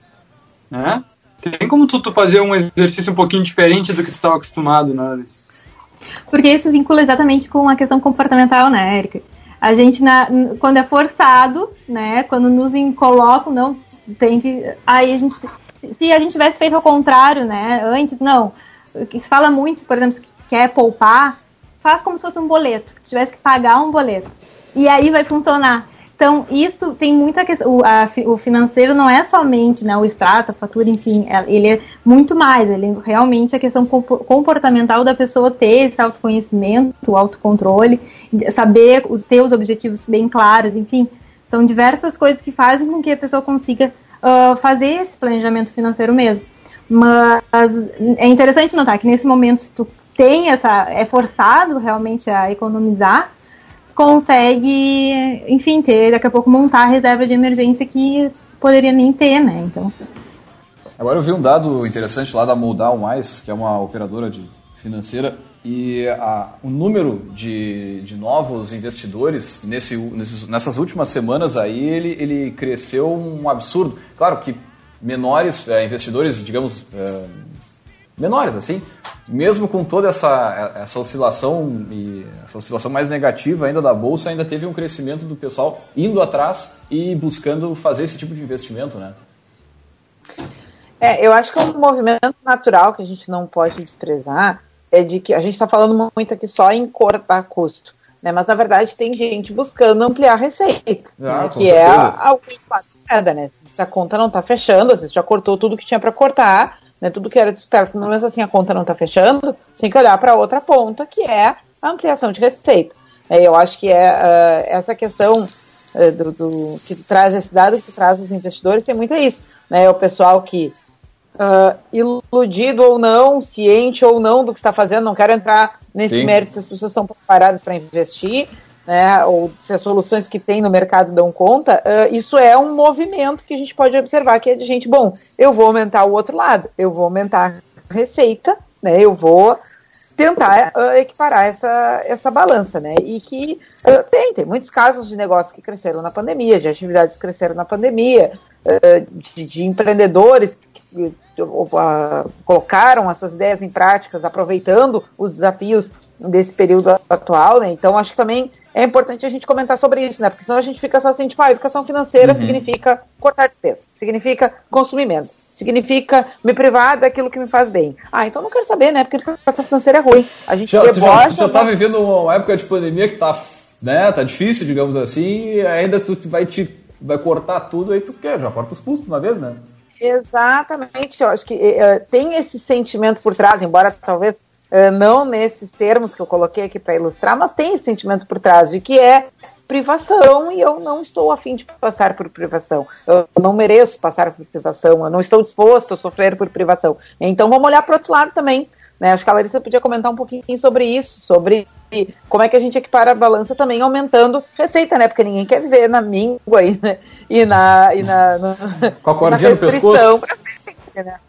né? Tem como tu, tu fazer um exercício um pouquinho diferente do que tu estava acostumado, né? Porque isso vincula exatamente com a questão comportamental, né, Érica? A gente, na, quando é forçado, né, quando nos colocam, não, tem que... Aí a gente... Se a gente tivesse feito ao contrário, né, antes, não, se fala muito, por exemplo, se quer poupar, faz como se fosse um boleto, que tivesse que pagar um boleto, e aí vai funcionar. Então, isso tem muita questão, o, a, o financeiro não é somente, né, o extrato, a fatura, enfim, ele é muito mais, ele é realmente a questão comportamental da pessoa ter esse autoconhecimento, o autocontrole, saber os, ter os objetivos bem claros, enfim, são diversas coisas que fazem com que a pessoa consiga Uh, fazer esse planejamento financeiro mesmo. Mas é interessante notar que nesse momento, se tu tem essa, é forçado realmente a economizar, consegue, enfim, ter, daqui a pouco montar a reserva de emergência que poderia nem ter, né? Então... Agora eu vi um dado interessante lá da Moldau Mais, que é uma operadora de financeira, e a, o número de, de novos investidores nesse, nesses, nessas últimas semanas aí, ele, ele cresceu um absurdo. Claro que menores, é, investidores, digamos, é, menores, assim, mesmo com toda essa, essa oscilação, e essa oscilação mais negativa ainda da Bolsa, ainda teve um crescimento do pessoal indo atrás e buscando fazer esse tipo de investimento, né? É, eu acho que é um movimento natural que a gente não pode desprezar, é de que a gente está falando muito aqui só em cortar custo, né? Mas na verdade tem gente buscando ampliar a receita, ah, né? Que certeza. É algo que faz nada, né? Se a conta não está fechando, você já cortou tudo que tinha para cortar, né? Tudo que era desperto, mas assim a conta não está fechando, você tem que olhar para outra ponta, que é a ampliação de receita. É, eu acho que é uh, essa questão uh, do, do que tu traz, esse dado que tu traz dos investidores, tem muito isso, né? O pessoal que Uh, iludido ou não, ciente ou não do que está fazendo, não quero entrar nesse Sim. mérito se as pessoas estão preparadas para investir, né, ou se as soluções que tem no mercado dão conta, uh, isso é um movimento que a gente pode observar, que é de gente, bom, eu vou aumentar o outro lado, eu vou aumentar a receita, né, eu vou tentar uh, equiparar essa, essa balança, né, e que uh, tem, tem muitos casos de negócios que cresceram na pandemia, de atividades que cresceram na pandemia, uh, de, de empreendedores que colocaram as suas ideias em práticas, aproveitando os desafios desse período atual, né? Então acho que também é importante a gente comentar sobre isso, né? Porque senão a gente fica só assim, tipo, a educação financeira uhum. significa cortar despesa, significa consumir menos, significa me privar daquilo que me faz bem. Ah, então não quero saber, né? Porque a educação financeira é ruim. A gente já, debocha... Tu já, já tá vivendo uma época de pandemia que tá, né, tá difícil, digamos assim, e ainda tu vai, te, vai cortar tudo, aí tu quer, já corta os custos uma vez, né? Exatamente, eu acho que uh, tem esse sentimento por trás, embora talvez uh, não nesses termos que eu coloquei aqui para ilustrar, mas tem esse sentimento por trás de que é privação e eu não estou a fim de passar por privação, eu não mereço passar por privação, eu não estou disposto a sofrer por privação. Então vamos olhar para o outro lado também, né? Acho que a Larissa podia comentar um pouquinho sobre isso, sobre como é que a gente equipara a balança também aumentando receita, né? Porque ninguém quer viver na míngua e, né? e na... E na no, com a cordinha no pescoço. Pra frente, né?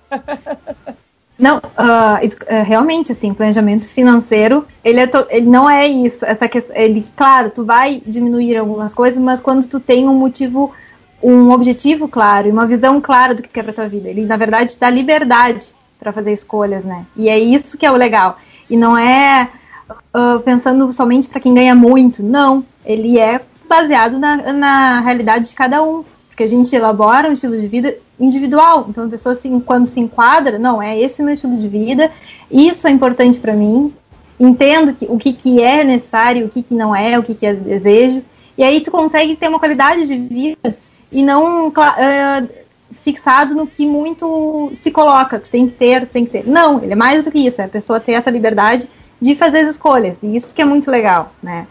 Não, uh, realmente, assim, o planejamento financeiro, ele, é to, ele não é isso. Essa questão, ele, claro, tu vai diminuir algumas coisas, mas quando tu tem um motivo, um objetivo claro e uma visão clara do que tu quer pra tua vida, ele, na verdade, te dá liberdade para fazer escolhas, né? E é isso que é o legal. E não é... Uh, pensando somente para quem ganha muito, não, ele é baseado na, na realidade de cada um, porque a gente elabora um estilo de vida individual, então a pessoa assim, quando se enquadra, não, é esse meu estilo de vida, isso é importante para mim, entendo que, o que, que é necessário, o que, que não é, o que, que é desejo, e aí tu consegue ter uma qualidade de vida e não uh, fixado no que muito se coloca, tu tem que ter, tu tem que ter, não, ele é mais do que isso, é a pessoa ter essa liberdade de fazer as escolhas, e isso que é muito legal, né?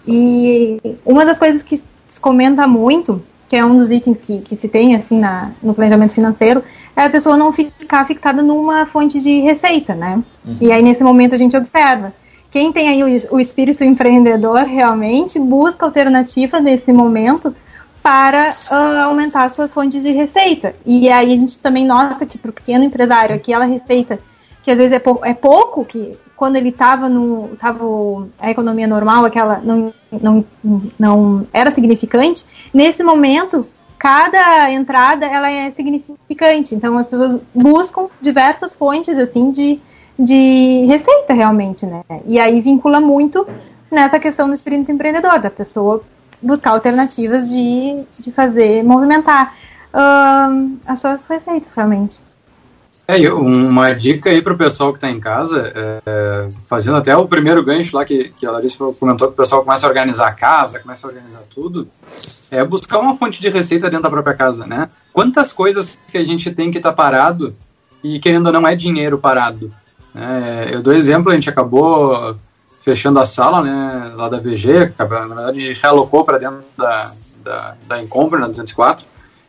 E uma das coisas que se comenta muito, que é um dos itens que, que se tem, assim, na, no planejamento financeiro, é a pessoa não ficar fixada numa fonte de receita, né? Uhum. E aí, nesse momento, a gente observa. Quem tem aí o, o espírito empreendedor, realmente, busca alternativa nesse momento para uh, aumentar suas fontes de receita. E aí, a gente também nota que, para o pequeno empresário, aquela receita, que às vezes é, pou, é pouco, que quando ele estava no tava a economia normal, aquela não, não, não era significante, nesse momento, cada entrada ela é significante. Então, as pessoas buscam diversas fontes assim, de, de receita, realmente, né? E aí vincula muito nessa questão do espírito empreendedor, da pessoa buscar alternativas de, de fazer, movimentar uh, as suas receitas, realmente. É, uma dica aí pro pessoal que está em casa, é, fazendo até o primeiro gancho lá que, que a Larissa comentou, que o pessoal começa a organizar a casa, começa a organizar tudo, é buscar uma fonte de receita dentro da própria casa, né? Quantas coisas que a gente tem que estar tá parado e querendo ou não é dinheiro parado. Né? Eu dou exemplo, a gente acabou fechando a sala, né, lá da V G, na verdade realocou para dentro da, da, da Encombra, na duzentos e quatro,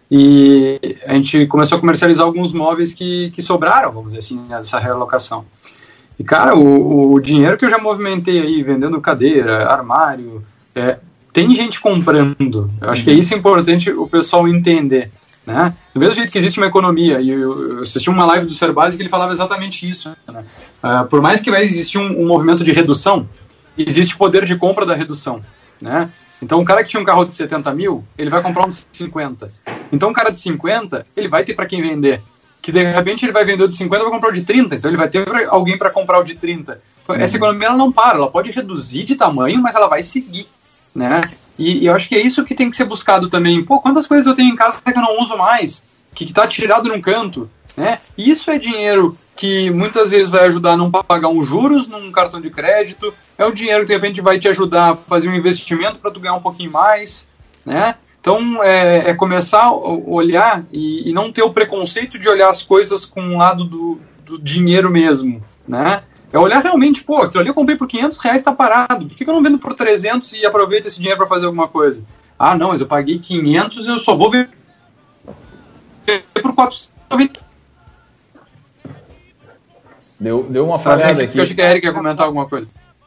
e a gente começou a comercializar alguns móveis que, que sobraram, vamos dizer assim, nessa realocação. E, cara, o, o dinheiro que eu já movimentei aí, vendendo cadeira, armário, é, tem gente comprando. Eu acho que é isso importante o pessoal entender. Né? Do mesmo jeito que existe uma economia, e eu, eu assisti uma live do Serbasi que ele falava exatamente isso. Né? Uh, por mais que vai existir um, um movimento de redução, existe o poder de compra da redução. Né? Então o cara que tinha um carro de setenta mil, ele vai comprar um de cinquenta. Então um cara de cinquenta, ele vai ter para quem vender. Que de repente ele vai vender o de cinquenta e vai comprar o de trinta. Então ele vai ter pra alguém para comprar o de trinta. Então, uhum. Essa economia ela não para, ela pode reduzir de tamanho, mas ela vai seguir. Né? E, e eu acho que é isso que tem que ser buscado também. Pô, quantas coisas eu tenho em casa que eu não uso mais, que está tirado num canto, né? E isso é dinheiro que muitas vezes vai ajudar a não pagar uns juros num cartão de crédito, é um dinheiro que de repente vai te ajudar a fazer um investimento para tu ganhar um pouquinho mais, né? Então é, é começar a olhar e, e não ter o preconceito de olhar as coisas com o lado do, do dinheiro mesmo, né? É olhar realmente, pô, aquilo ali eu comprei por quinhentos reais, está parado. Por que, que eu não vendo por trezentos e aproveito esse dinheiro para fazer alguma coisa? Ah, não, mas eu paguei quinhentos, eu só vou ver por quatrocentos. Deu, deu uma falhada ah, aqui. Eu achei que a Erika ia comentar alguma coisa.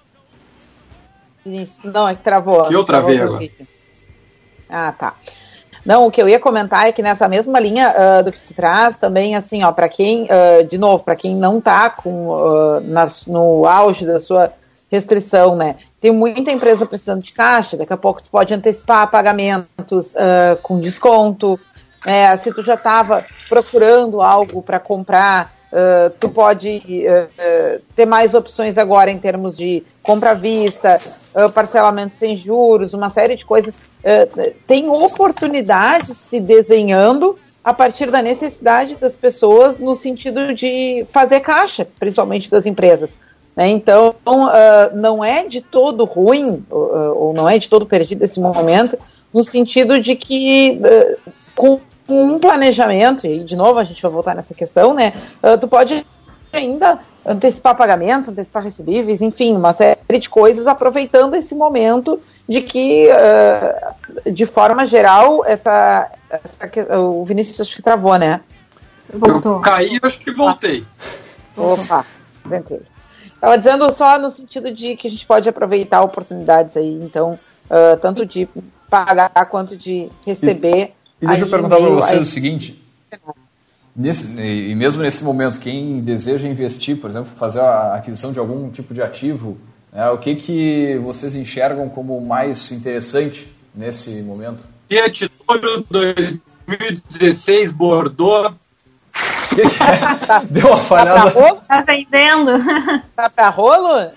Isso, não, é que travou. Que eu travei agora. Vídeo. Ah, tá. Não, o que eu ia comentar é que nessa mesma linha uh, do que tu traz, também, assim, ó, para quem, uh, de novo, para quem não tá com, uh, nas, no auge da sua restrição, né, tem muita empresa precisando de caixa, daqui a pouco tu pode antecipar pagamentos uh, com desconto, né, se tu já estava procurando algo para comprar, uh, tu pode uh, uh, ter mais opções agora em termos de compra à vista, uh, parcelamento sem juros, uma série de coisas. Uh, tem oportunidades se desenhando a partir da necessidade das pessoas no sentido de fazer caixa, principalmente das empresas. Né? Então, uh, não é de todo ruim, uh, ou não é de todo perdido esse momento, no sentido de que uh, com um planejamento, e de novo a gente vai voltar nessa questão, né? Uh, tu pode ainda antecipar pagamentos, antecipar recebíveis, enfim, uma série de coisas, aproveitando esse momento de que, uh, de forma geral, essa, essa, o Vinícius acho que travou, né? Voltou. Eu caí, acho que voltei. Opa, tranquilo. Estava dizendo só no sentido de que a gente pode aproveitar oportunidades aí, então, uh, tanto de pagar quanto de receber. E, e deixa aí, eu perguntar para vocês aí, o seguinte... Nesse, e mesmo nesse momento, quem deseja investir, por exemplo, fazer a aquisição de algum tipo de ativo, né, o que, que vocês enxergam como mais interessante nesse momento? Fiat Toro dois mil e dezesseis Bordeaux. Que que é? Deu uma falhada. Tá vendendo? Tá pra rolo?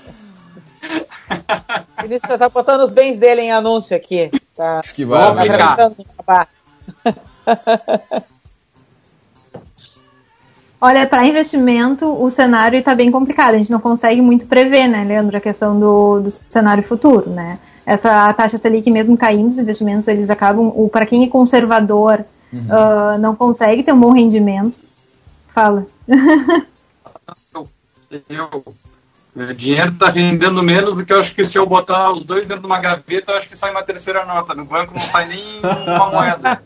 Ele já tá botando os bens dele em anúncio aqui. Tá, Esquivar, tá Olha, para investimento, o cenário está bem complicado. A gente não consegue muito prever, né, Leandro, a questão do, do cenário futuro, né? Essa taxa Selic, mesmo caindo, os investimentos, eles acabam... Para quem é conservador, uhum. uh, não consegue ter um bom rendimento. Fala. Eu, eu, meu dinheiro está rendendo menos do que eu acho que se eu botar os dois dentro de uma gaveta, eu acho que sai uma terceira nota. No banco não sai nem uma moeda.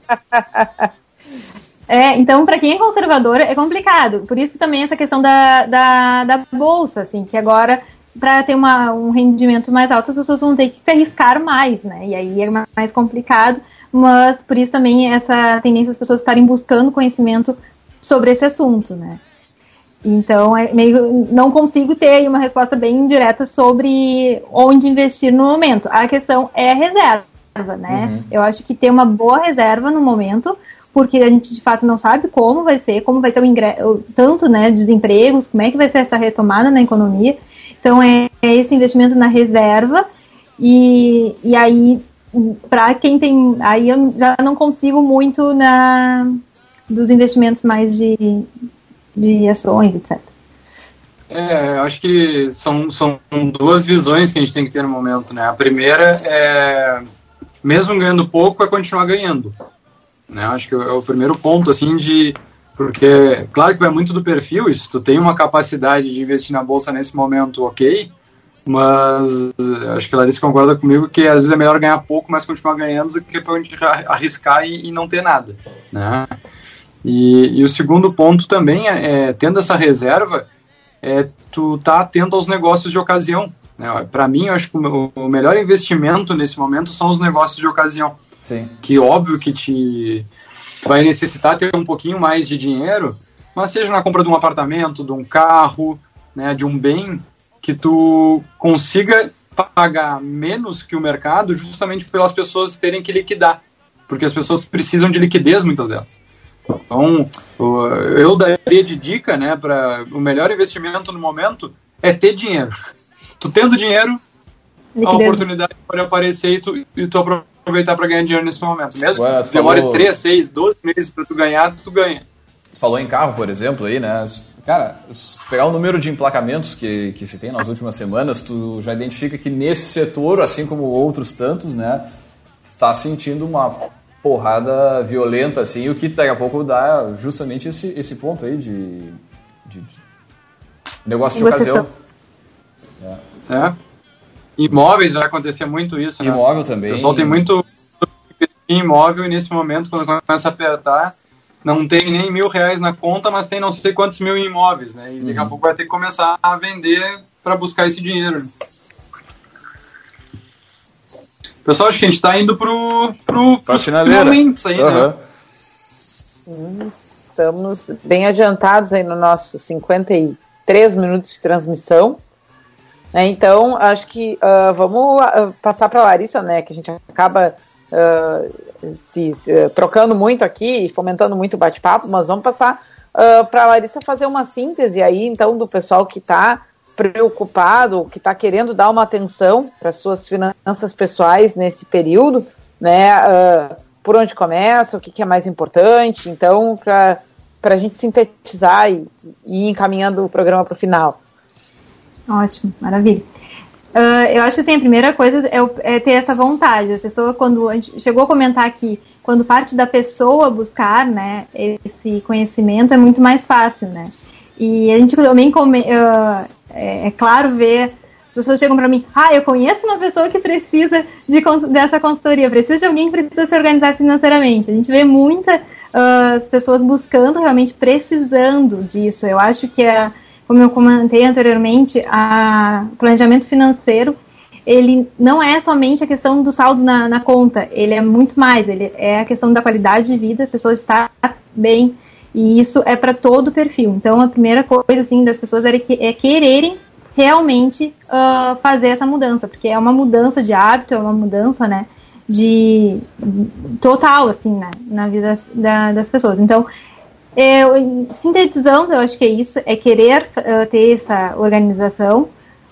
É, então, para quem é conservador, é complicado. Por isso também essa questão da, da, da bolsa, assim, que agora, para ter uma, um rendimento mais alto, as pessoas vão ter que se arriscar mais, né? E aí é mais complicado, mas por isso também essa tendência das pessoas estarem buscando conhecimento sobre esse assunto, né? Então, é meio, não consigo ter aí uma resposta bem direta sobre onde investir no momento. A questão é a reserva, né? Uhum. Eu acho que ter uma boa reserva no momento, porque a gente de fato não sabe como vai ser, como vai ser o ingresso, tanto, né, desempregos, como é que vai ser essa retomada na economia. Então é, é esse investimento na reserva e, e aí para quem tem, aí eu já não consigo muito na dos investimentos mais de, de ações, etcétera. É, eu acho que são, são duas visões que a gente tem que ter no momento, né? A primeira é, mesmo ganhando pouco, é continuar ganhando. Né, acho que é o primeiro ponto, assim, de... Porque, claro que vai muito do perfil, isso, tu tem uma capacidade de investir na bolsa nesse momento, ok, mas acho que a Larissa concorda comigo que às vezes é melhor ganhar pouco, mas continuar ganhando do que pra gente arriscar e, e não ter nada, né? E, e o segundo ponto também, é, é, tendo essa reserva, é tu tá atento aos negócios de ocasião, Né? Para mim, eu acho que o, o melhor investimento nesse momento são os negócios de ocasião. Sim. Que óbvio que te vai necessitar ter um pouquinho mais de dinheiro, mas seja na compra de um apartamento, de um carro, né, de um bem, que tu consiga pagar menos que o mercado justamente pelas pessoas terem que liquidar, porque as pessoas precisam de liquidez, muitas delas. Então, eu daria de dica, né, para o melhor investimento no momento é ter dinheiro. Tu tendo dinheiro, liquidez. A oportunidade pode aparecer e tu, e tu aproveitar para ganhar dinheiro nesse momento. Mesmo Agora, que demore falou... três, seis, doze meses para tu ganhar, tu ganha. Você falou em carro, por exemplo, aí, né? Cara, se pegar o número de emplacamentos que, que se tem nas últimas semanas, tu já identifica que nesse setor, assim como outros tantos, né, está sentindo uma porrada violenta, assim, o que daqui a pouco dá justamente esse, esse ponto aí de, de, de negócio de ocasião. É. é. Imóveis vai acontecer muito isso, né? Imóvel também. O pessoal tem muito imóvel e nesse momento, quando começa a apertar, não tem nem mil reais na conta, mas tem não sei quantos mil em imóveis, né? E daqui a uhum. pouco vai ter que começar a vender para buscar esse dinheiro. Pessoal, acho que a gente está indo pro, pro, pro finalmente aí, uhum. né? Estamos bem adiantados aí no nosso cinquenta e três minutos de transmissão. Né? Então, acho que uh, vamos uh, passar para a Larissa, né? Que a gente acaba... Uh, Se, se, trocando muito aqui, fomentando muito bate-papo, mas vamos passar uh, para a Larissa fazer uma síntese aí, então, do pessoal que está preocupado, que está querendo dar uma atenção para as suas finanças pessoais nesse período, né, uh, por onde começa, o que, que é mais importante, então, para a gente sintetizar e, e ir encaminhando o programa para o final. Ótimo, maravilha. Uh, eu acho que assim, a primeira coisa é, é ter essa vontade. A pessoa, quando a gente chegou a comentar aqui, quando parte da pessoa buscar, né, esse conhecimento é muito mais fácil, né? E a gente também come, uh, é, é claro ver, as pessoas chegam para mim, ah, eu conheço uma pessoa que precisa de, dessa consultoria, precisa de alguém que precisa se organizar financeiramente. A gente vê muitas uh, pessoas buscando, realmente precisando disso. Eu acho que é como eu comentei anteriormente, o planejamento financeiro, ele não é somente a questão do saldo na, na conta, ele é muito mais, ele é a questão da qualidade de vida, a pessoa está bem, e isso é para todo o perfil. Então, a primeira coisa, assim, das pessoas é, que, é quererem realmente uh, fazer essa mudança, porque é uma mudança de hábito, é uma mudança, né, de total, assim, né, na vida da, das pessoas. Então, Eu, sintetizando, eu acho que é isso, é querer uh, ter essa organização.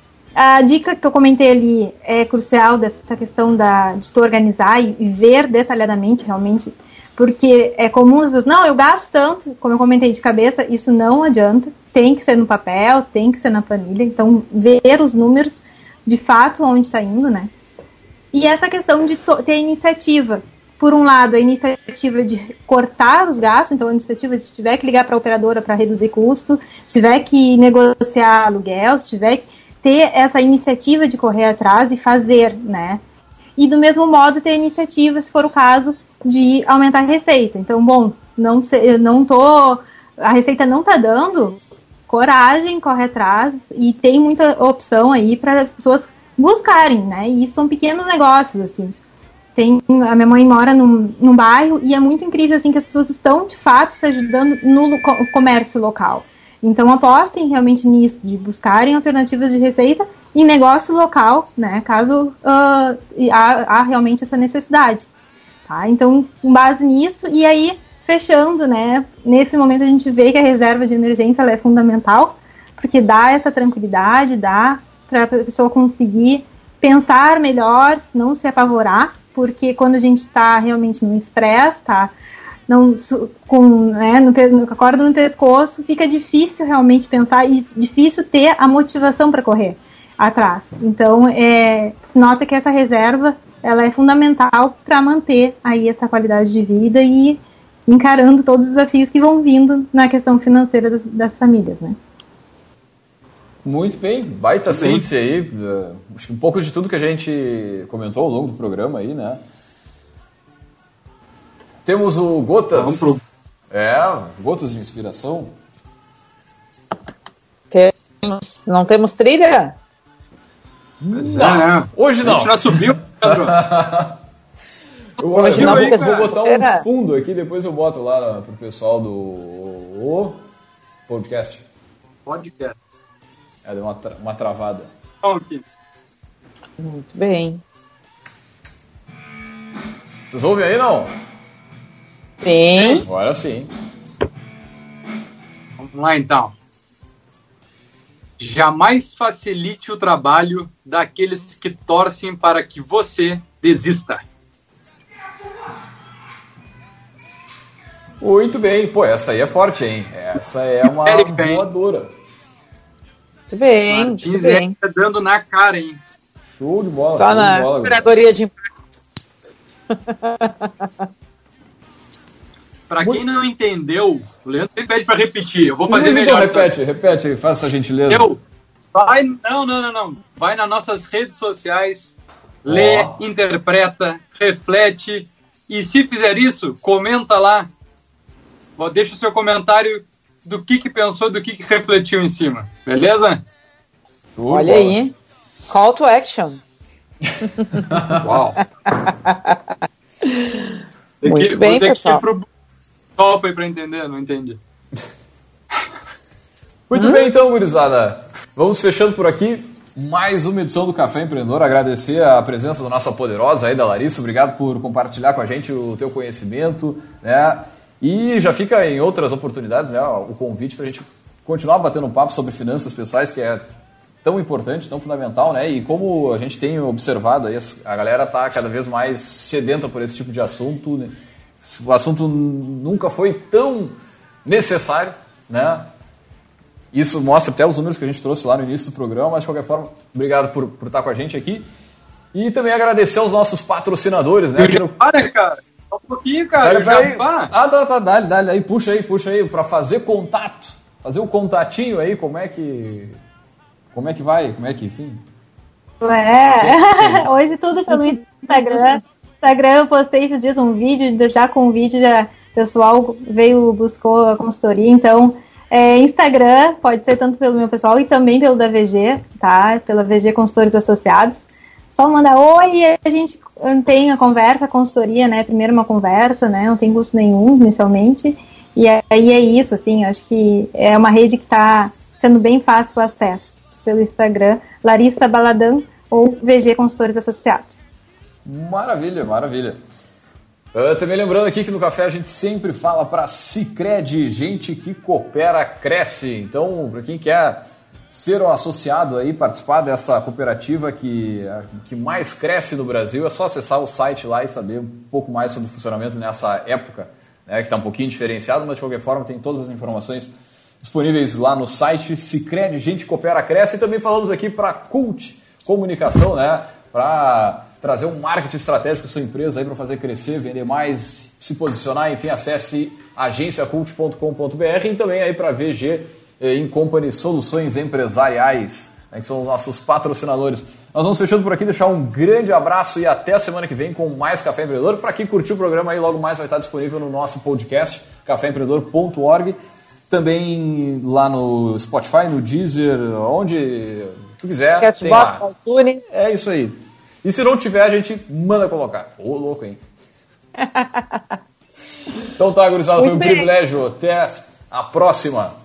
A dica que eu comentei ali é crucial dessa questão da, de tu organizar e, e ver detalhadamente, realmente, porque é comum as pessoas, não, eu gasto tanto, como eu comentei de cabeça, isso não adianta, tem que ser no papel, tem que ser na planilha, então ver os números de fato onde está indo, né? E essa questão de ter iniciativa. Por um lado, a iniciativa de cortar os gastos, então a iniciativa de se tiver que ligar para a operadora para reduzir custo, se tiver que negociar aluguel, se tiver que ter essa iniciativa de correr atrás e fazer, né? E do mesmo modo ter iniciativa, se for o caso, de aumentar a receita. Então, bom, não sei, eu não tô, a receita não está dando, coragem, corre atrás, e tem muita opção aí para as pessoas buscarem, né? E são pequenos negócios, assim. Tem, a minha mãe mora num, num bairro e é muito incrível assim, que as pessoas estão de fato se ajudando no comércio local. Então apostem realmente nisso, de buscarem alternativas de receita em negócio local, né, caso uh, há, há realmente essa necessidade. Tá? Então, com base nisso, e aí fechando, né, nesse momento a gente vê que a reserva de emergência ela é fundamental, porque dá essa tranquilidade, dá para a pessoa conseguir pensar melhor, não se apavorar, porque quando a gente está realmente no estresse, tá, não, com, né, no, no, com a corda no pescoço, fica difícil realmente pensar e difícil ter a motivação para correr atrás. Então, é, se nota que essa reserva ela é fundamental para manter aí essa qualidade de vida e encarando todos os desafios que vão vindo na questão financeira das, das famílias, né? Muito bem, baita síntese aí, uh, acho que um pouco de tudo que a gente comentou ao longo do programa aí, né? Temos o Gotas. Vamos pro... É, Gotas de Inspiração. Temos, não temos trilha? Não, hoje não. A gente já subiu, Pedro. Eu, hoje eu, não, eu vou botar um fundo aqui, depois eu boto lá pro pessoal do podcast. Podcast. É, deu uma, tra- uma travada. Okay. Muito bem. Vocês ouvem aí, não? Sim. Agora sim. Vamos lá, então. Jamais facilite o trabalho daqueles que torcem para que você desista. Muito bem. Pô, essa aí é forte, hein? Essa é uma voadora. Muito bem, Martins muito bem. Tá dando na cara, hein? Show de bola. Só show na de bola, curadoria de Pra quem não entendeu, o Leandro pede pra repetir. Eu vou Mas fazer então, melhor. repete, repete aí, faça a gentileza. Eu, vai, não, não, não, não. Vai nas nossas redes sociais, lê, Oh. interpreta, reflete. E se fizer isso, comenta lá. Deixa o seu comentário do que, que pensou, do que, que refletiu em cima. Beleza? Show de Olha bola. aí. Call to action. Uau. Tem Muito que, bem, vou ter pessoal. que ir pro top aí pra entender, não entendi. Muito Hum? bem, então, gurizada. Vamos fechando por aqui mais uma edição do Café Empreendedor. Agradecer a presença da nossa poderosa aí, da Larissa. Obrigado por compartilhar com a gente o teu conhecimento, né? E já fica em outras oportunidades, né, o convite para a gente continuar batendo um papo sobre finanças pessoais, que é tão importante, tão fundamental, né? E como a gente tem observado aí, a galera está cada vez mais sedenta por esse tipo de assunto, né? O assunto nunca foi tão necessário, né? Isso mostra até os números que a gente trouxe lá no início do programa, mas de qualquer forma, obrigado por, por estar com a gente aqui. E também agradecer aos nossos patrocinadores, né? Eu já, para, cara. Só um pouquinho, cara. Eu já, Aí, pá. ah, tá, tá, dá, dá, aí, puxa aí, puxa aí, para fazer contato, fazer o um contatinho aí, como é que, como é que vai, como é que, enfim. É, hoje tudo pelo Instagram. Instagram eu postei esses dias um vídeo, já com o vídeo já, o pessoal veio, buscou a consultoria, então é, Instagram pode ser tanto pelo meu pessoal e também pelo da V G, tá? Pela V G Consultores Associados. Só mandar oi e a gente tem a conversa, a consultoria, né? Primeiro uma conversa, né? Não tem custo nenhum inicialmente. E aí é isso, assim, acho que é uma rede que está sendo bem fácil o acesso pelo Instagram, Larissa Baladão ou V G Consultores Associados. Maravilha, maravilha. Uh, também lembrando aqui que no Café a gente sempre fala para Sicredi, gente que coopera, cresce. Então, para quem quer ser um associado aí, participar dessa cooperativa que, que mais cresce no Brasil, é só acessar o site lá e saber um pouco mais sobre o funcionamento nessa época, né, que está um pouquinho diferenciado, mas de qualquer forma tem todas as informações disponíveis lá no site Sicredi, gente coopera, cresce. E também falamos aqui para Cult Comunicação, né, para trazer um marketing estratégico da sua empresa aí para fazer crescer, vender mais, se posicionar, enfim, acesse agência cult ponto com ponto b r e também aí para V G em Company Soluções Empresariais, né, que são os nossos patrocinadores. Nós vamos fechando por aqui, deixar um grande abraço e até a semana que vem com mais Café Empreendedor. Para quem curtiu o programa aí, logo mais vai estar disponível no nosso podcast, café empreendedor ponto org, também lá no Spotify, no Deezer, onde tu quiser. Cast tem Box, lá. iTunes. É isso aí. E se não tiver, a gente manda colocar. Ô, louco, hein? Então tá, gurizada, foi um bem. privilégio. Até a próxima.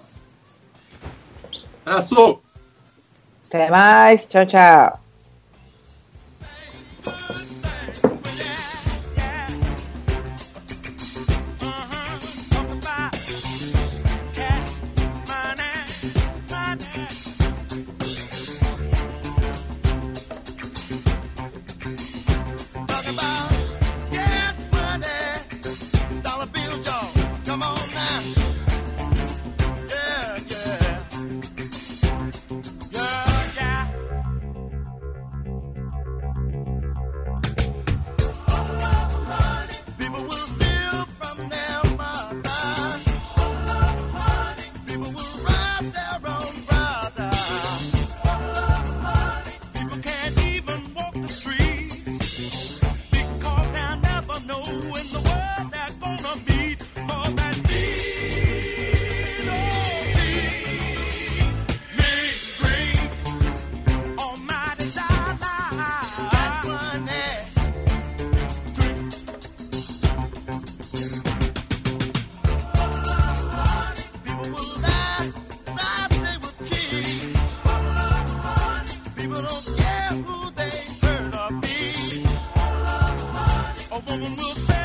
Abraço! Até mais. Tchau, tchau. who they heard of me. A woman will say